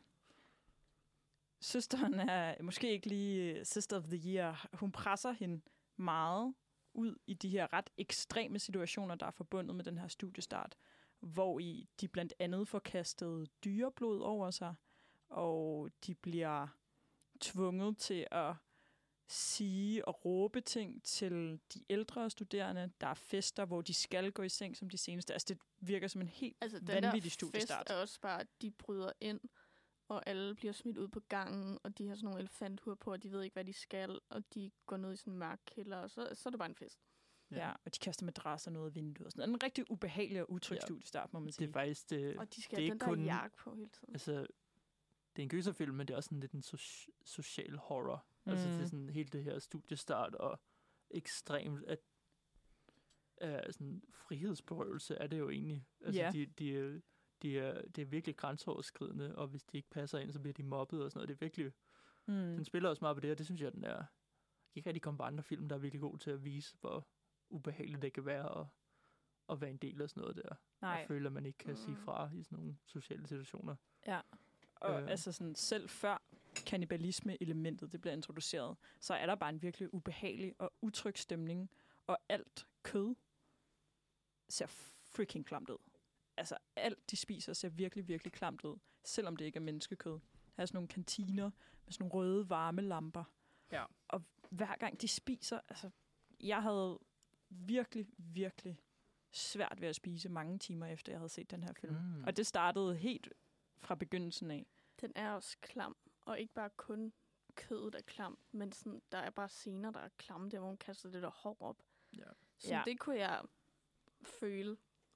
Søsteren er måske ikke lige sister of the year. Hun presser hende meget ud i de her ret ekstreme situationer, der er forbundet med den her studiestart, hvor i de blandt andet får kastet dyreblod over sig, og de bliver tvunget til at sige og råbe ting til de ældre studerende. Der er fester, hvor de skal gå i seng som de seneste. Altså, det virker som en helt vanvittig studiestart. Altså, den der fest er også bare, at de bryder ind, og alle bliver smidt ud på gangen, og de har sådan nogle elefanthuer på, og de ved ikke, hvad de skal, og de går ned i sådan en mørk kælder, og så er det bare en fest. Ja, og de kaster madrasser ned af vinduet. Og sådan. En rigtig ubehagelig og utryg studiestart, må man sige. Det er faktisk det. Og de skal det have den der kun, jakke på hele tiden. Altså, det er en gyserfilm, men det er også sådan lidt en social horror. Altså, det er sådan helt det her studiestart og ekstremt sådan frihedsberøvelse er det jo egentlig. Altså, det er virkelig grænseoverskridende, og hvis de ikke passer ind, så bliver de mobbet og sådan noget. Det er virkelig. Den spiller også meget på det, og det synes jeg, den er. Jeg kan ikke rigtig komme på andre film, der er virkelig god til at vise, hvor ubehageligt det kan være at være en del af sådan noget der. Nej. Og føle, at man ikke kan sige fra i sådan nogle sociale situationer. Ja, og altså sådan, selv før kannibalisme-elementet det bliver introduceret, så er der bare en virkelig ubehagelig og utryg stemning, og alt kød ser freaking klamt ud. Altså, alt de spiser ser virkelig, virkelig klamt ud, selvom det ikke er menneskekød. Der er sådan nogle kantiner med sådan nogle røde varmelamper. Ja. Og hver gang de spiser, altså, jeg havde virkelig, virkelig svært ved at spise mange timer efter, jeg havde set den her film. Og det startede helt fra begyndelsen af. Den er også klam, og ikke bare kun kødet er klam, men sådan, der er bare scener, der er klamme, der hvor hun kaster det der hår op. Ja. Så det kunne jeg føle.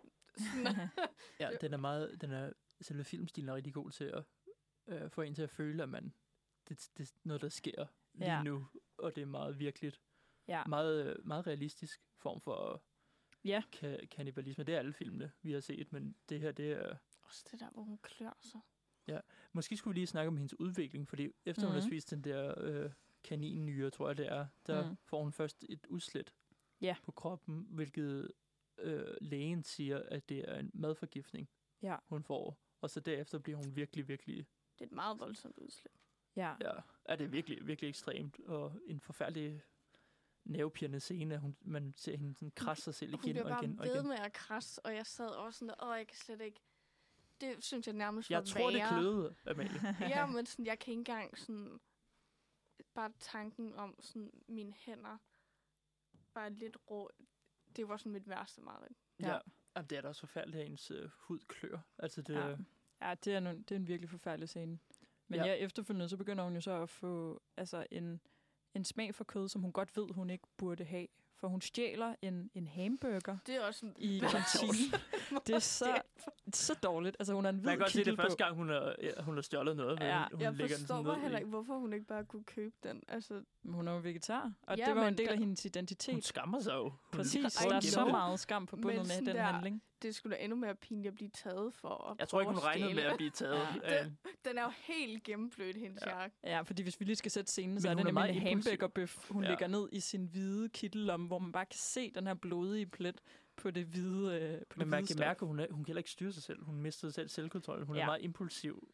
Ja, selve filmstilen er rigtig god til at få en til at føle, at det er noget, der sker lige nu, og det er meget virkeligt. Ja. Meget, meget realistisk form for kannibalisme. Det er alle filmene, vi har set, men det her, det er. Også det der, hvor hun klør sig. Ja, måske skulle vi lige snakke om hendes udvikling, fordi efter hun har spist den der kaninnyre, tror jeg det er, der får hun først et udslæt på kroppen, hvilket lægen siger, at det er en madforgiftning, hun får. Og så derefter bliver hun virkelig, virkelig. Det er et meget voldsomt udslæt. Ja, det er virkelig, virkelig ekstremt, og en forfærdelig nervepirrende scene, man ser hende sådan krasse sig selv igen og igen. Hun bliver bare ved med at krasse, og jeg sad også sådan, jeg kan slet ikke. Det synes jeg nærmest var værre. Jeg tror, det kløede, Amalie. Ja, men sådan, jeg kan ikke engang sådan. Bare tanken om sådan mine hænder. Bare lidt rå. Det var sådan mit værste mareridt. Ja. Jamen, det er da også forfærdeligt, at ens hud klør. Altså, det det er en virkelig forfærdelig scene. Men efterfølgende, så begynder hun jo så at få en smag for kød, som hun godt ved, hun ikke burde have. For hun stjæler en hamburger det er også i kantinen. Det er så dårligt. Altså, hun har en hvid kittel på. Man kan godt se det første gang, hun har stjålet noget. Jeg forstår bare heller ikke, hvorfor hun ikke bare kunne købe den. Altså, hun er jo vegetar, og det var jo en del af hendes identitet. Hun skammer sig jo. Præcis, der er så meget skam forbundet med den handling. Det skulle da endnu mere pinligt at blive taget for. Jeg tror ikke, hun regnede med at blive taget. Den er jo helt gennemblødt, hendes jakke. Ja, fordi hvis vi lige skal sætte scenen, så er det nemlig en hamburgerbøf. Hun ligger ned i sin hvide kittellomme, hvor man bare kan se den her blodige plet på det hvide Men man kan mærke, at hun kan heller ikke styre sig selv. Hun mistede selv selvkontrol. Hun er meget impulsiv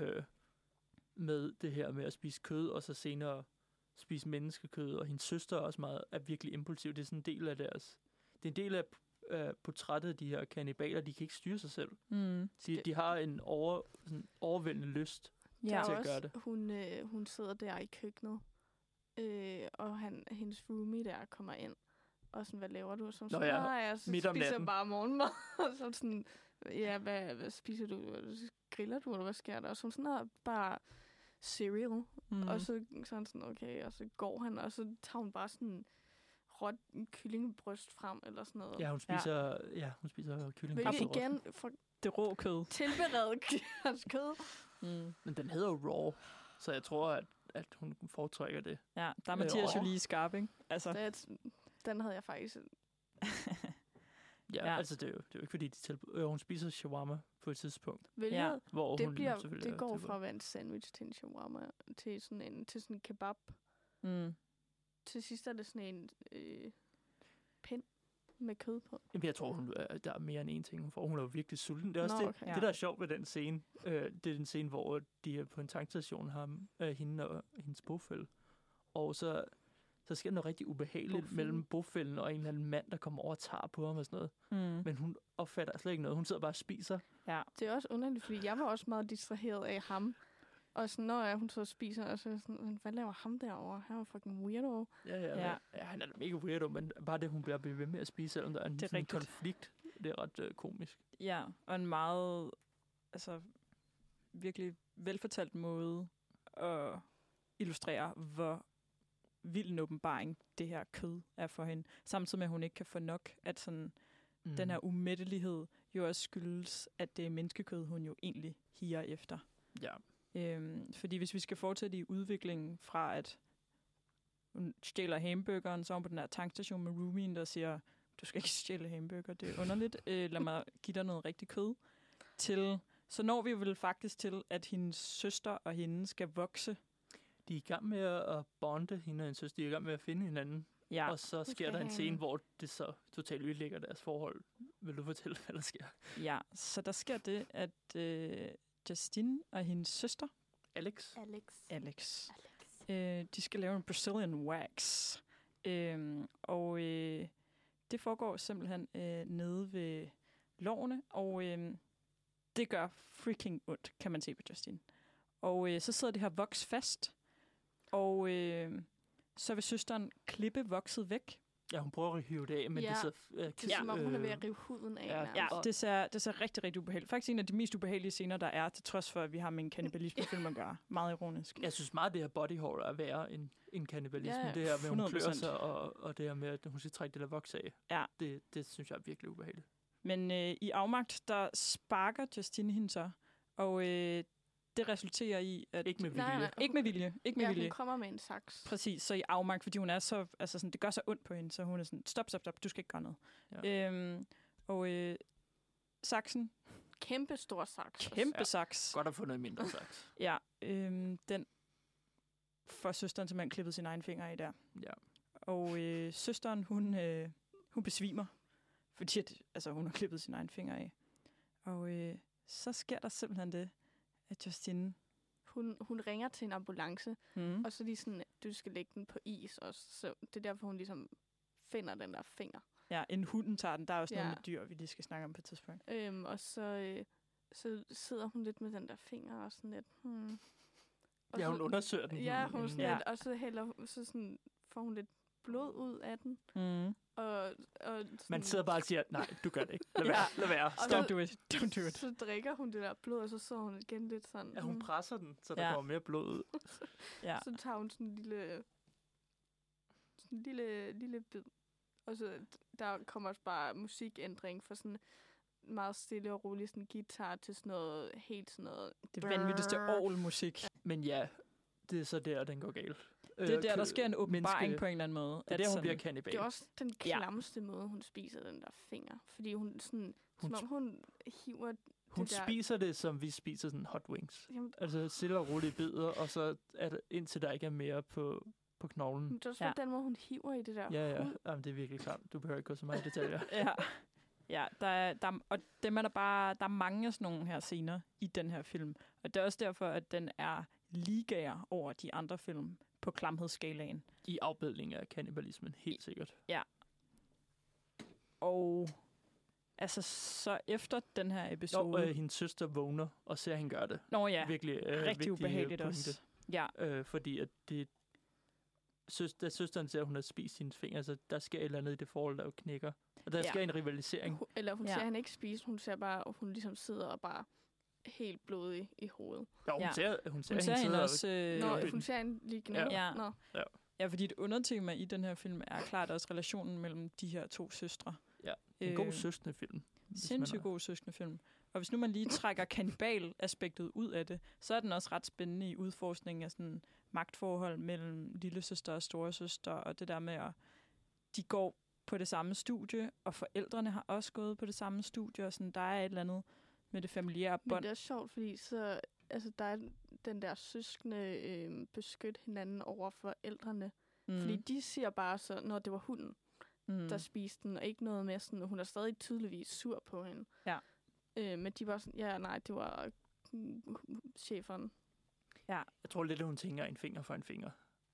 med det her med at spise kød, og så senere spise menneskekød. Og hendes søster er virkelig impulsiv. Det er sådan en del af deres. Det er en del af portrættet af de her kannibaler. De kan ikke styre sig selv. De har en overvældende lyst til at gøre det. Hun sidder der i køkkenet, og hendes roomie der kommer ind. Og sådan, hvad laver du? Så jeg spiser bare morgenmad. Og så sådan, hvad spiser du? Griller du, eller hvad sker der? Og så sådan, bare cereal. Og så sådan, okay, og så går han, og så tager hun bare sådan råt kyllingebryst frem, eller sådan noget. Ja, hun spiser kyllingebryst. Hvilket igen, for det rå kød. Tilberedet kød. Men den hedder jo raw, så jeg tror, at hun foretrækker det. Ja, der er Mathias jo lige skarp, ikke? Altså. Den havde jeg faktisk. Altså det er jo ikke fordi, hun spiser shawarma på et tidspunkt. Hvor det går fra at være en sandwich til en shawarma, til sådan en kebab. Til sidst er det sådan en pind med kød på. Jamen, jeg tror, der er mere end en ting, hun får. Hun er jo virkelig sulten. Det er også det, der er sjovt ved den scene. Det er den scene, hvor de er på en tankstation, hende og hendes bofælle. Og så sker noget rigtig ubehageligt mellem bofælden og en eller anden mand, der kommer over og tager på ham og sådan noget. Men hun opfatter slet ikke noget. Hun sidder bare og spiser. Ja. Det er også underligt, fordi jeg var også meget distraheret af ham. Og sådan, når hun så spiser, og så er sådan, hvad laver ham derovre? Han er fucking weirdo. Ja, han er da mega weirdo, men bare det, hun bliver ved med at spise, selvom der er en konflikt, det er ret komisk. Ja, og en meget, virkelig velfortalt måde at illustrere, hvor vild en åbenbaring det her kød er for hende. Samtidig med, at hun ikke kan få nok, at sådan, den her umættelighed jo også skyldes, at det er menneskekød, hun jo egentlig higer efter. Ja. Fordi hvis vi skal fortsætte i udviklingen fra, at hun stjæler hamburgeren, så er hun på den her tankstation med roomien, der siger, du skal ikke stjæle hamburger, det er underligt. Lad mig give dig noget rigtig kød. Så når vi vel faktisk til, at hendes søster og hende skal vokse. De er i gang med at bonde, hende og hendes søster. De er i gang med at finde hinanden. Ja. Og så sker der en scene, hvor det så totalt ødelægger deres forhold. Vil du fortælle, hvad der sker? Ja, så der sker det, at Justine og hendes søster, Alex. De skal lave en Brazilian wax. Og det foregår simpelthen nede ved lårene, og det gør freaking ondt, kan man se på Justine. Og så sidder det her voks fast, og så vil søsteren klippe vokset væk. Ja, hun prøver at hive det af, men det så... det er som om, hun er ved at rive huden af. Ja, det ser rigtig, rigtig ubehageligt. Faktisk en af de mest ubehagelige scener, der er, til trods for, at vi har med en kannibalismefilm at gøre. Meget ironisk. Jeg synes meget, det her body horror er værre end kannibalisme. Ja, det her med, at hun klør sig, og det her med, at hun skal trække det der voks af. Ja. Det synes jeg er virkelig ubehageligt. Men i afmagt, der sparker Justine hende så, og det resulterer i, at... Ikke med vilje. Nej. Ikke med vilje. Hun kommer med en saks. Præcis, så i afmagt, fordi hun er så... Altså sådan, det gør så ondt på hende, så hun er sådan, stop, du skal ikke gøre noget. Ja. Saksen... Kæmpe stor saks. Saks. Godt at få noget mindre saks. Ja, den får søsteren simpelthen klippet sine egne fingre i der. Ja. Og søsteren, hun besvimer, fordi at, hun har klippet sine egne fingre af. Og så sker der simpelthen det, at Justine... Hun ringer til en ambulance, og så er de sådan, du skal lægge den på is også. Så det er derfor, hun ligesom finder den der finger. Ja, en hunden tager den. Der er også noget med dyr, vi lige skal snakke om på et tidspunkt. Og så sidder hun lidt med den der finger og sådan lidt... Og ja, hun undersøger den. Ja, hun sådan lidt, og så sådan, får hun lidt blod ud af den. Og man sidder bare og siger, nej, du gør det ikke. Lad være. Don't do it. Så drikker hun det der blod, og så sidder hun igen lidt sådan... Ja, hun presser den, så der kommer mere blod ud. Så tager hun sådan en lille bid. Og så der kommer også bare musikændring for sådan meget stille og rolig sådan guitar til sådan noget helt sådan noget... Det vanvittigste orgelmusik. Men ja, det er så der, den går galt. Det er der sker en åbenbaring på en eller anden måde. Det er der, hun bliver kannibal. Det er også den klammeste måde, hun spiser den der finger. Fordi hun sådan... Som om hun hiver... Hun spiser det, som vi spiser sådan hot wings. Jamen, altså stille og rolige bidder, og så er det, indtil der ikke er mere på knoglen. Det er også den måde, hun hiver i det der hud. Jamen, det er virkelig klart. Du behøver ikke gå så meget i detaljer. Ja, og dem er der er mange af sådan nogle her scener i den her film. Og det er også derfor, at den er ligaer over de andre film på klamhedsskalaen. I afbildning af kannibalismen, helt sikkert. Ja. Og altså, så efter den her episode... hendes søster vågner og ser hende gøre det. Nå ja, virkelig, rigtig ubehageligt også. Ja. Fordi at da søsteren ser, at hun har spist sine fingre, så der sker et eller andet i det forhold, der jo knækker. Og der sker en rivalisering. Eller hun ser hende ikke spise, hun ser bare, at hun ligesom sidder og bare helt blodig i hovedet. Ja, hun ser hende også... hun ser hende lige nu. Ja, fordi et undertema i den her film er klart også relationen mellem de her to søstre. Ja, en god søskendefilm. Sindssygt god søskendefilm. Og hvis nu man lige trækker kannibal-aspektet ud af det, så er den også ret spændende i udforskningen af sådan magtforhold mellem lillesøster og storesøster, og det der med, at de går på det samme studie, og forældrene har også gået på det samme studie, og sådan, der er et eller andet med det familiære bånd. Men det er sjovt, fordi så, altså, der er den der søskende beskytte hinanden over forældrene. Fordi de siger bare så, når det var hunden, der spiste den, og ikke noget med sådan, hun er stadig tydeligvis sur på hende. Ja. Men de var sådan, nej, det var cheferen. Ja. Jeg tror lidt, at hun tænker en finger for en finger.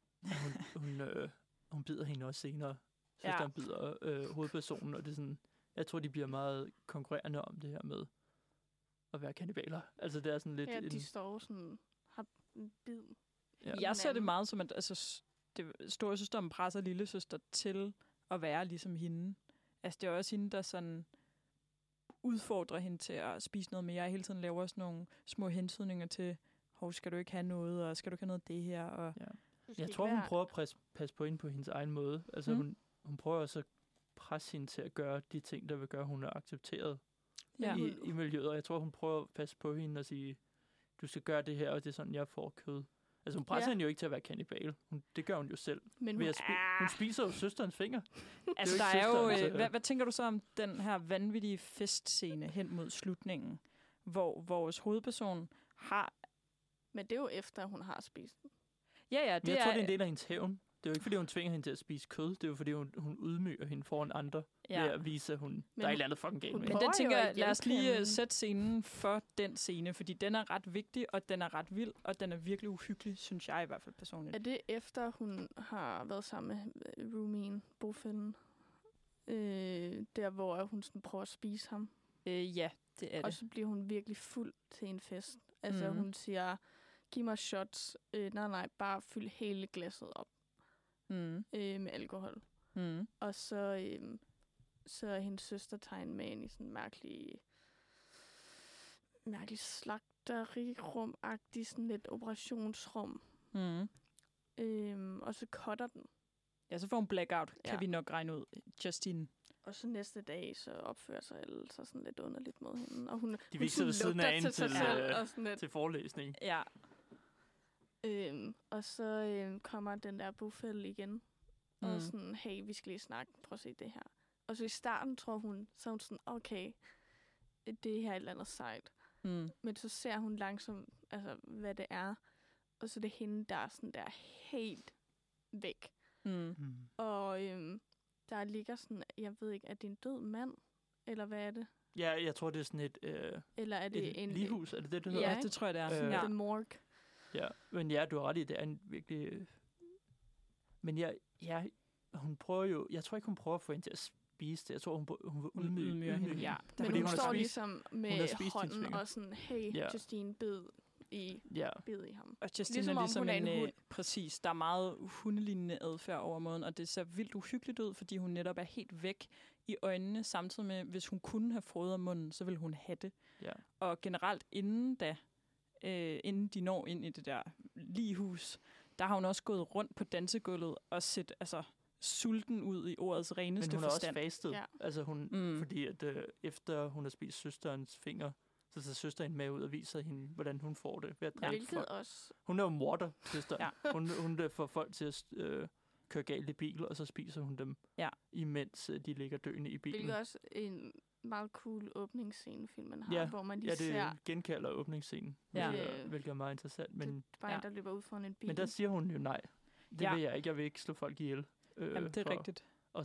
Hun bider hende også senere. Søsteren bider hovedpersonen, og det er sådan, jeg tror, de bliver meget konkurrerende om det her med at være kannibaler. Altså, det er sådan lidt... Ja, de står sådan har en bid. Ja. Jeg ser det meget som, at altså, storesøsteren presser lillesøster til at være ligesom hende. Altså, det er også hende, der sådan udfordrer hende til at spise noget mere. Jeg hele tiden laver sådan nogle små hentydninger til, skal du ikke have noget, og skal du ikke have noget af det her? Og Ja. Jeg tror, hun prøver at passe på hende på hendes egen måde. Altså, hun prøver også at presse hende til at gøre de ting, der vil gøre, at hun er accepteret i miljøet. Og jeg tror, hun prøver at passe på hende og sige, du skal gøre det her, og det er sådan, jeg får kød. Altså, hun presser hende jo ikke til at være kannibal. Det gør hun jo selv. Men hun spiser jo søsterens finger. Altså, der er jo... Hvad tænker du så om den her vanvittige festscene hen mod slutningen, hvor vores hovedperson har... Men det er jo efter, hun har spist den. Ja, jeg tror, det er en del af hendes hævn. Det er jo ikke, fordi hun tvinger hende til at spise kød. Det er jo, fordi hun ydmyger hende foran andre ved at vise, at der er et eller andet fucking galt med. Men den tænker jeg, lad os lige sætte scenen for den scene, fordi den er ret vigtig, og den er ret vild, og den er virkelig uhyggelig, synes jeg i hvert fald personligt. Er det efter, hun har været sammen med roomien, bofælden? Der, hvor hun sådan prøver at spise ham? Ja, det er det. Og så bliver hun virkelig fuld til en fest. Altså, hun siger, giv mig shots. Nej, bare fyld hele glasset op. Med alkohol. Og så er hendes søster tegnet med ind i sådan en mærkelig slagterirum-agtig, sådan lidt operationsrum. Og så cutter den. Ja, så får hun blackout, kan vi nok regne ud. Justine. Og så næste dag, så opfører sig alle så sådan lidt underligt mod hende. Og hun viser ved siden af hende til forelæsning. Ja. Og så kommer den der bofælle igen. Og sådan, hey, vi skal lige snakke. Prøv at se det her. Og så i starten tror hun, så er hun sådan, okay, det her er et eller andet sejt. Men så ser hun langsomt, altså, hvad det er. Og så er det hende, der er sådan der helt væk. Og der ligger sådan, jeg ved ikke, er det en død mand? Eller hvad er det? Ja, jeg tror, det er sådan et eller er det et ligehus, er det det hedder? Ja, det tror jeg, det er. The morgue. Ja, men ja, du har ret i, det er en virkelig... Men hun prøver jo... Jeg tror ikke, hun prøver at få hende til at spise det. Jeg tror, hun vil ydmyge hende. Ja. Men hun står ligesom med hånden og sådan, hey, Justine, bid i ham. Og Justine er ligesom en hund. Præcis, der er meget hundelignende adfærd over måden, og det ser vildt uhyggeligt ud, fordi hun netop er helt væk i øjnene, samtidig med, hvis hun kunne have fodret munden, så ville hun have det. Ja. Og generelt inden de når ind i det der ligehus, der har hun også gået rundt på dansegulvet og set sulten ud i ordets reneste forstand. Men hun har også fastet. Ja. Altså fordi at efter hun har spist søsterens finger, så tager søsteren med ud og viser hende, hvordan hun får det ved at dræbe folk. Også. Hun er jo morder, søster. Hun får folk til at køre galt i bil, og så spiser hun dem, imens de ligger døende i bilen. Hvilket også en meget cool åbningsscene, filmen har, hvor man lige ser... Ja, det genkalder åbningsscenen, hvilket er meget interessant. Men, det er bare en, der løber ud foran en bil. Men der siger hun jo nej. Det vil jeg ikke. Jeg vil ikke slå folk ihjel. Jamen, det er rigtigt. Og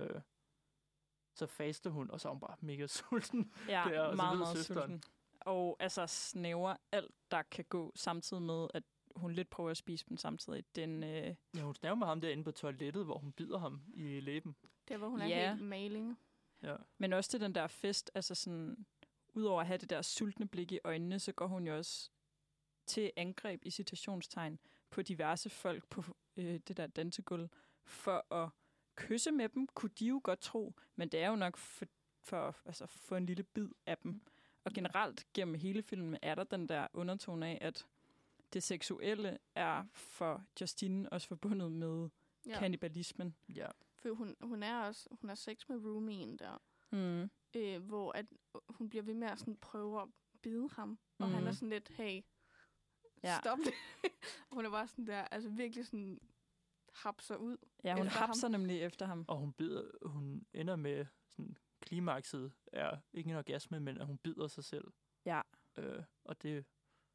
så faster hun, og så er hun bare mega sulten. Ja, der, og meget, meget sulten. Og snæver alt, der kan gå, samtidig med, at hun lidt prøver at spise dem samtidig. Hun snæver med ham derinde på toilettet, hvor hun bider ham i læben. Der, hvor hun er helt maling. Ja. Men også til den der fest, altså sådan, udover at have det der sultne blik i øjnene, så går hun jo også til angreb i citationstegn på diverse folk på det der dansegulv, for at kysse med dem, kunne de jo godt tro, men det er jo nok for få en lille bid af dem. Og generelt gennem hele filmen er der den der undertone af, at det seksuelle er for Justine også forbundet med kannibalismen. Ja. For hun har sex med roomien der, hvor at hun bliver ved med at sådan prøve at bide ham, og han er sådan lidt, hey, stop det. Hun er bare sådan der, altså virkelig sådan hapser ud. Ja, hun hapser nemlig efter ham. Og hun ender med sådan, klimakset er ikke en orgasme, men at hun bider sig selv. Ja. Og det,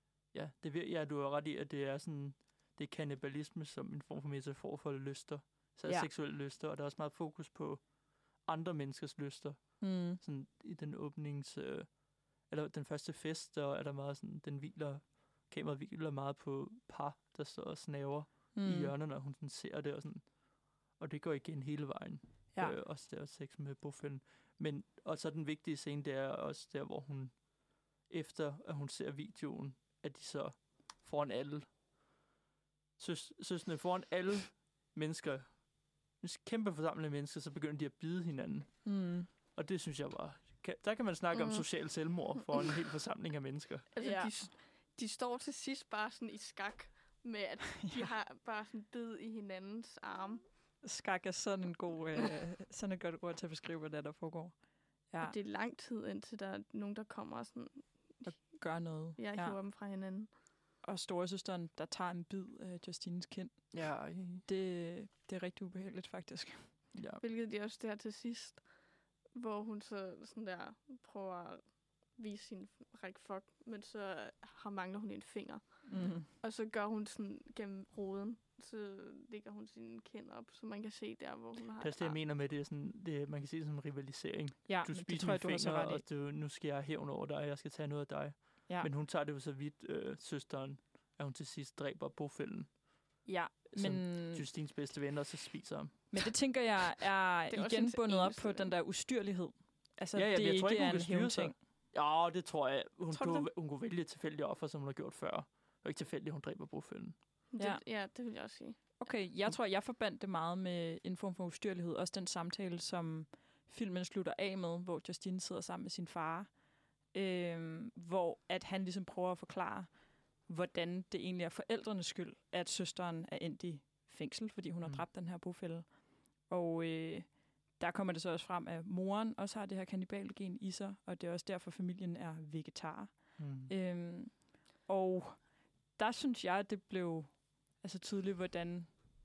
du har ret i, at det er sådan, det er kannibalisme som en form for metafor for lyster. Så seksuelle lyster, og der er også meget fokus på andre menneskers lyster. Sådan i den eller den første fest, der er der meget sådan, kameraet hviler meget på par, der står og snaver i hjørnet, når hun sådan ser det, og det går igen hele vejen. Også der sex med bofælden. Men og så den vigtige scene, det er også der, hvor hun, efter at hun ser videoen, at de så foran alle. Søstrene foran alle mennesker. En kæmpe forsamling af mennesker, så begynder de at bide hinanden. Og det synes jeg var... Der kan man snakke om social selvmord for en hel forsamling af mennesker. Altså, de står til sidst bare sådan i skak med, at de har bare sådan bid i hinandens arme. Skak er sådan et godt ord til at beskrive, hvad der foregår. Ja. Og det er lang tid, indtil der er nogen, der kommer og sådan... Og gør noget. Jeg hiver dem fra hinanden. Og storesøsteren, der tager en bid af Justines kind. Ja. Det er rigtig ubehageligt, faktisk. Ja. Hvilket de også der til sidst, hvor hun så sådan der prøver at vise sin række fuck, men så mangler hun en finger. Og så gør hun sådan gennem roden, så lægger hun sin kind op, så man kan se der, hvor hun har... Det jeg mener med, det er sådan, man kan se det som en rivalisering. Ja, du spiser min finger, og nu skal jeg hævne over dig, og jeg skal tage noget af dig. Ja. Men hun tager det jo så vidt, søsteren, at hun til sidst dræber bofælden. Ja, men... Justines bedste ven, og så spiser ham. Men det tænker jeg er igen bundet op på den der ustyrlighed. Altså, ja, det jeg tror ikke, hun er en hævnting. Ja, det tror jeg. Hun kunne vælge et tilfældigt offer, som hun har gjort før. Det var ikke tilfældigt, hun dræber bofælden. Ja, det vil jeg også sige. Okay, jeg tror, jeg forbandt det meget med en form for ustyrlighed. Også den samtale, som filmen slutter af med, hvor Justine sidder sammen med sin far. Hvor at han ligesom prøver at forklare, hvordan det egentlig er forældrenes skyld, at søsteren er endt i fængsel, fordi hun har dræbt den her bofælle. Og der kommer det så også frem, at moren også har det her kannibalgen i sig, og det er også derfor, familien er vegetar. Og der synes jeg, at det blev altså tydeligt, hvordan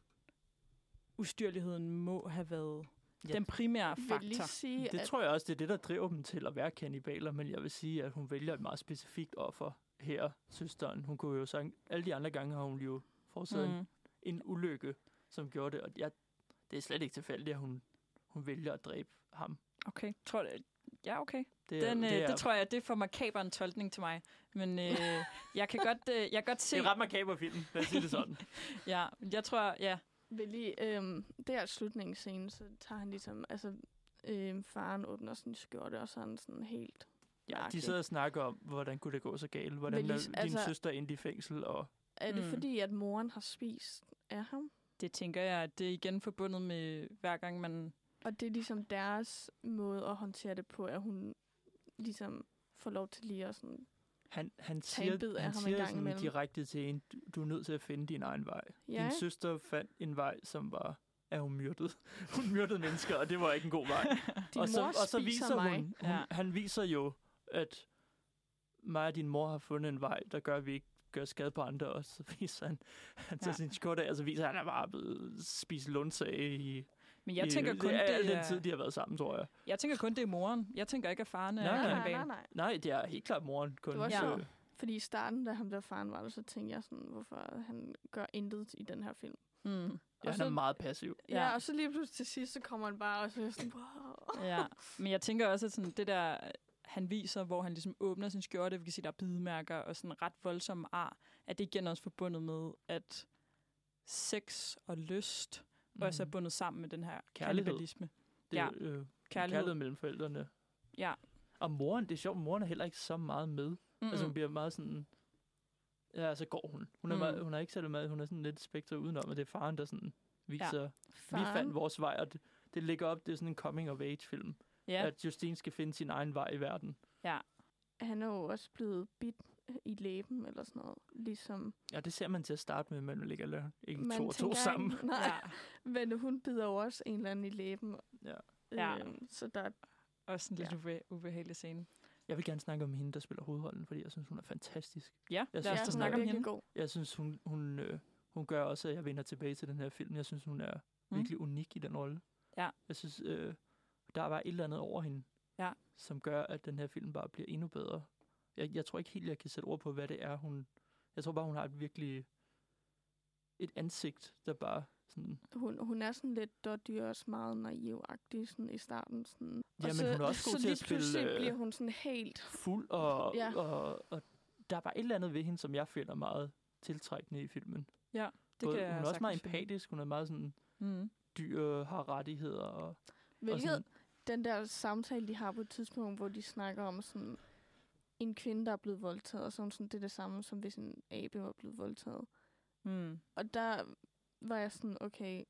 ustyrligheden må have været den primære faktor. Det tror jeg også, det er det, der driver dem til at være kannibaler, men jeg vil sige, at hun vælger et meget specifikt offer her, søsteren. Hun kunne jo sige, alle de andre gange har hun jo forårsaget en ulykke, som gjorde det, og det er slet ikke tilfældigt, at hun vælger at dræbe ham. Okay, tror det. Ja, okay. Det tror jeg, det er for makaber en tolkning til mig. Men jeg kan godt se... Det er ret makaber film, lad os sige det sådan. Ja, jeg tror, ja. Vel lige, der slutningsscene, så tager han ligesom, altså, faren åbner sin skjorte, og så er han sådan helt... Ja, de sidder og snakker om, hvordan kunne det gå så galt? Hvordan din søster endte i fængsel? Og... Er det fordi, at moren har spist af ham? Det tænker jeg, det er igen forbundet med, hver gang man... Og det er ligesom deres måde at håndtere det på, at hun ligesom får lov til lige at sådan... Han siger sådan direkte til en, du er nødt til at finde din egen vej. Ja. Din søster fandt en vej, som var, at hun myrdede. Hun myrdede mennesker, og det var ikke en god vej. og så viser han viser jo, at mig og din mor har fundet en vej, der gør, at vi ikke gør skade på andre. Og så viser han tager sin skjorte af, og så viser han, at han er bare blevet spist lundsag i... Men jeg tænker kun, det er den tid, de har været sammen, tror jeg. Jeg tænker kun, det er moren. Jeg tænker ikke, at faren er kannibal. Nej, det er helt klart moren. Kun. Det var sjovt. Fordi i starten, da ham der faren var der, så tænkte jeg sådan, hvorfor han gør intet i den her film. Ja, han er meget passiv. Ja, og så lige pludselig til sidst, så kommer han bare, og så er jeg sådan, wow. Ja, men jeg tænker også, at sådan, det der, han viser, hvor han ligesom åbner sin skjorte, vi kan sige, der er bidemærker, og sådan ret voldsomme ar, at det igen også forbundet med, at sex og lyst også er bundet sammen med den her kannibalisme. Kærlighed mellem forældrene. Ja. Og moren, det er sjovt, moren er heller ikke så meget med. Altså hun bliver meget sådan... Ja, så går hun. Hun er ikke særlig med. Hun er sådan lidt spektret udenom, og det er faren, der sådan viser... Vi fandt vores vej, og det ligger op, det er sådan en coming-of-age-film. Ja. At Justine skal finde sin egen vej i verden. Ja. Han er jo også blevet bidt i læben, eller sådan noget. Ligesom... Ja, det ser man til at starte med, men man ligger ikke to og to sammen. Nej, men hun bider jo også en eller anden i læben. Ja. Så der er også en lidt ubehagelig scene. Jeg vil gerne snakke om hende, der spiller hovedrollen, fordi jeg synes, hun er fantastisk. Ja, lad os snakke om hende. Jeg synes, hun gør også, at jeg vender tilbage til den her film. Jeg synes, hun er virkelig unik i den rolle. Ja. Jeg synes, der er bare et eller andet over hende, som gør, at den her film bare bliver endnu bedre. Jeg tror ikke helt, jeg kan sætte ord på, hvad det er. Jeg tror bare, hun har et ansigt, der bare sådan... Hun er sådan lidt dårdyr og meget naiv-agtig sådan i starten. Sådan. Ja, men hun er også god til at spille... Så lige bliver hun sådan helt... Fuld, og der er bare et eller andet ved hende, som jeg finder meget tiltrækkende i filmen. Ja, det kan jeg hun er også meget empatisk. Hun er meget sådan... Dyr har rettigheder og... Hvilket den der samtale, de har på et tidspunkt, hvor de snakker om sådan en kvinde, der er blevet voldtaget, og sådan, det er det samme, som hvis en abe var blevet voldtaget. Og der var jeg sådan, okay,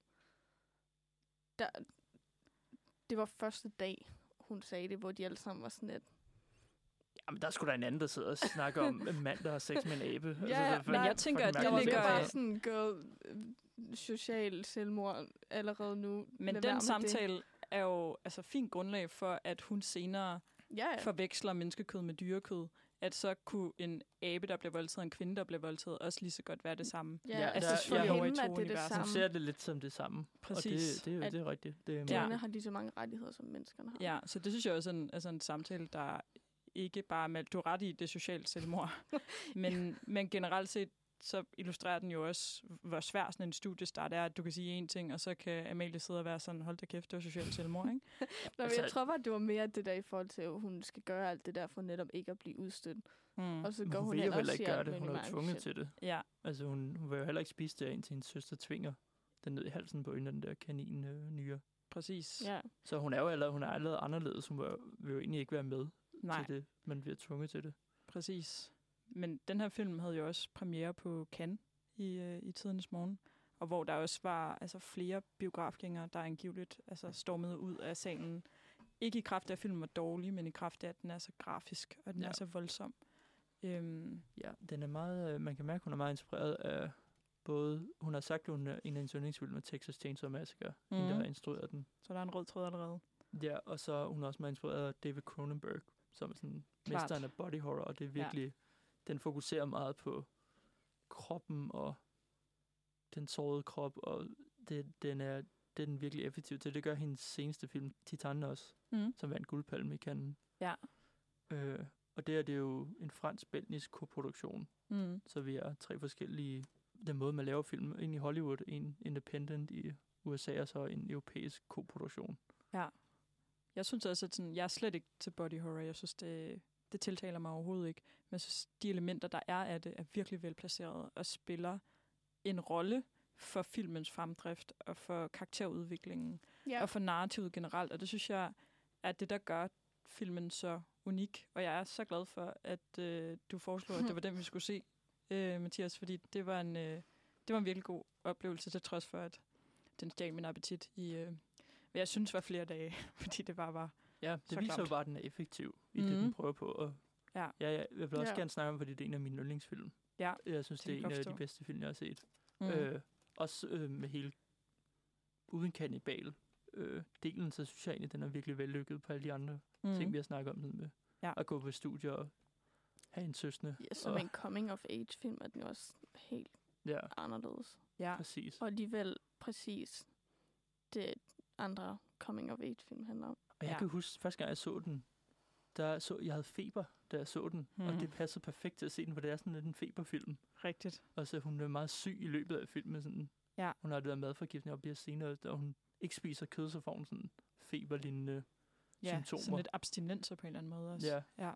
det var første dag, hun sagde det, hvor de alle sammen var sådan lidt... Jamen, der er sgu da en anden, der sidder og snakker om en mand, der har sex med en abe. Ja, men jeg tænker, at det ligger bare sådan gået social selvmord allerede nu. Men den samtale er jo altså fint grundlag for, at hun senere forveksler menneskekød med dyrekød. At så kunne en abe, der bliver voldtaget, og en kvinde, der bliver voldtaget, også lige så godt være det samme. Ja, altså for hende er det det samme. Hun ser det lidt som det samme. Præcis. Og det er rigtigt. Dyrene har lige så mange rettigheder, som menneskerne har. Ja, så det synes jeg også er en samtale, der ikke bare med, du er ret i det sociale selvmord, men generelt set, så illustrerer den jo også, hvor svær sådan en studiestart er, at du kan sige én ting, og så kan Amalie sidde og være sådan, hold da kæft, det var socialt selvmord, ikke? Nå, jeg tror bare, det var mere det der i forhold til, at hun skal gøre alt det der, for netop ikke at blive udstødt. Og så går hun vil jo heller ikke gøre det, hun er jo tvunget til det. Ja. Altså, hun vil jo heller ikke spise det, indtil hendes søster tvinger den ned i halsen på en af den der kanin-nyre. Præcis. Ja. Så hun er jo allerede anderledes, hun vil jo egentlig ikke være med til det, men bliver tvunget til det. Præcis. Men den her film havde jo også premiere på Cannes i tidernes morgen, og hvor der også var altså flere biografgængere, der angiveligt stormede ud af salen. Ikke i kraft af, at filmen var dårlig, men i kraft af, at den er så grafisk, og den er så voldsom. Ja, den er meget, man kan mærke, at hun er meget inspireret af både, hun har sagt, at hun er en af hendes yndlingsfilm med Texas Chainsaw Massacre, hende, der har instrueret den. Så der er en rød tråd allerede. Ja, og så er hun også meget inspireret af David Cronenberg, som er sådan mesteren af body horror, og det er virkelig, den fokuserer meget på kroppen og den sårede krop, og den er virkelig effektiv til. Det gør hendes seneste film, Titan også, som vandt guldpalme i Cannes. Ja. Og det er jo en fransk-belgisk koproduktion, så vi er 3 forskellige, den måde man laver film, en i Hollywood, en independent i USA, og så en europæisk koproduktion. Ja. Jeg synes også, at jeg er slet ikke til body horror. Jeg synes, det tiltaler mig overhovedet ikke. Men jeg synes, de elementer, der er af det, er virkelig velplaceret og spiller en rolle for filmens fremdrift og for karakterudviklingen og for narrativet generelt. Og det synes jeg er det, der gør filmen så unik. Og jeg er så glad for, at du foreslår, at det var den, vi skulle se, Mathias, fordi det var en virkelig god oplevelse, til trods for, at den stjal min appetit i... hvad jeg synes var flere dage, fordi det bare var det viser jo bare, at den er effektiv i det, den prøver på. Og jeg vil også gerne snakke om, fordi det er en af mine yndlingsfilm. Ja, jeg synes, det er en af de bedste film, jeg har set. Også med hele uden kannibal delen, så synes jeg egentlig, den er virkelig vellykket på alle de andre ting, vi har snakket om. Med at gå på studier og have en søsne. Ja, som en coming-of-age-film er den jo også helt anderledes. Ja, præcis. Og alligevel præcis det andre coming-of-age-film handler om. Og jeg kan huske, første gang jeg så den, jeg havde feber, da jeg så den, og det passede perfekt til at se den, for det er sådan lidt en feberfilm. Rigtigt. Og så hun er meget syg i løbet af filmen. Sådan. Ja. Hun har det der madforgiftning, og bliver senere, da hun ikke spiser kød, så får hun sådan feberlignende symptomer. Ja, sådan lidt abstinenser på en eller anden måde også. Ja.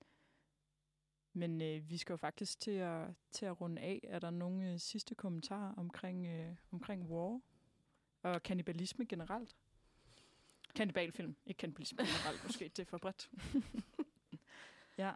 Men vi skal jo faktisk til at runde af. Er der nogle sidste kommentarer omkring War og kannibalisme generelt? Kannibalfilm, ikke kannibalisme generelt, måske det er for bredt. Ja.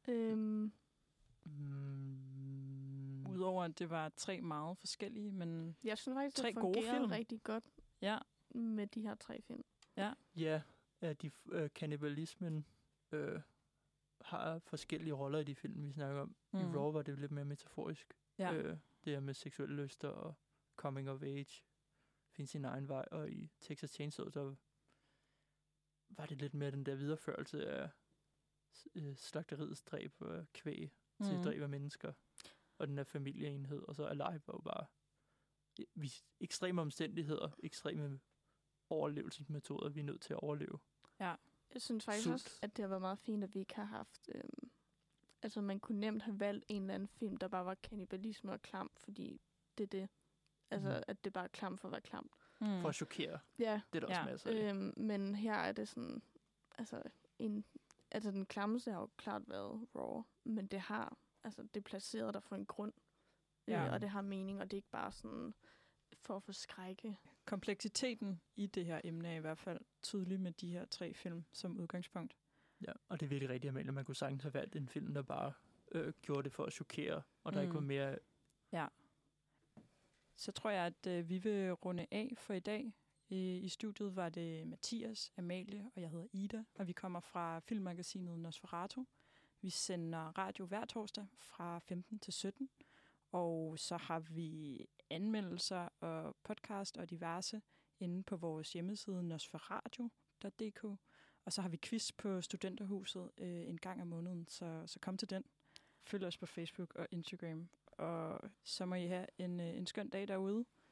Udover at det var 3 meget forskellige, men jeg synes faktisk, 3 det gode film. Rigtig godt med de her 3 film. Ja, kannibalismen har forskellige roller i de film, vi snakker om. I Raw var det lidt mere metaforisk. Det her med seksuelle lyster og coming of age, finde sin egen vej, og i Texas Chainsaw, der var det lidt mere den der videreførelse af slagteriets dræb og kvæg til dræb af mennesker, og den der familieenhed, og så Alive var jo bare ekstreme omstændigheder, ekstreme overlevelsesmetoder, vi er nødt til at overleve. Ja, jeg synes faktisk også, at det har været meget fint, at vi ikke har haft... altså, man kunne nemt have valgt en eller anden film, der bare var kannibalisme og klam, fordi det er det. Altså, at det bare er klam for at være klamt. For at chokere. Ja. Det er der også masser af. Men her er det sådan... Altså, den klammeste har jo klart været Raw, men det har... Altså, det er placeret der for en grund. Og det har mening, og det er ikke bare sådan for at forskrække. Kompleksiteten i det her emne er i hvert fald tydelig med de her 3 film som udgangspunkt. Ja, og det er virkelig rigtigt, Amalie. Man kunne sagtens have valgt en film, der bare gjorde det for at chokere, og der ikke var mere... Ja. Så tror jeg, at vi vil runde af for i dag. I studiet var det Mathias, Amalie og jeg hedder Ida, og vi kommer fra filmmagasinet Nosferatu. Vi sender radio hver torsdag fra 15 til 17, og så har vi anmeldelser og podcast og diverse inde på vores hjemmeside nosferradio.dk, og så har vi quiz på Studenterhuset en gang om måneden, så kom til den. Følg os på Facebook og Instagram, og så må I have en skøn dag derude.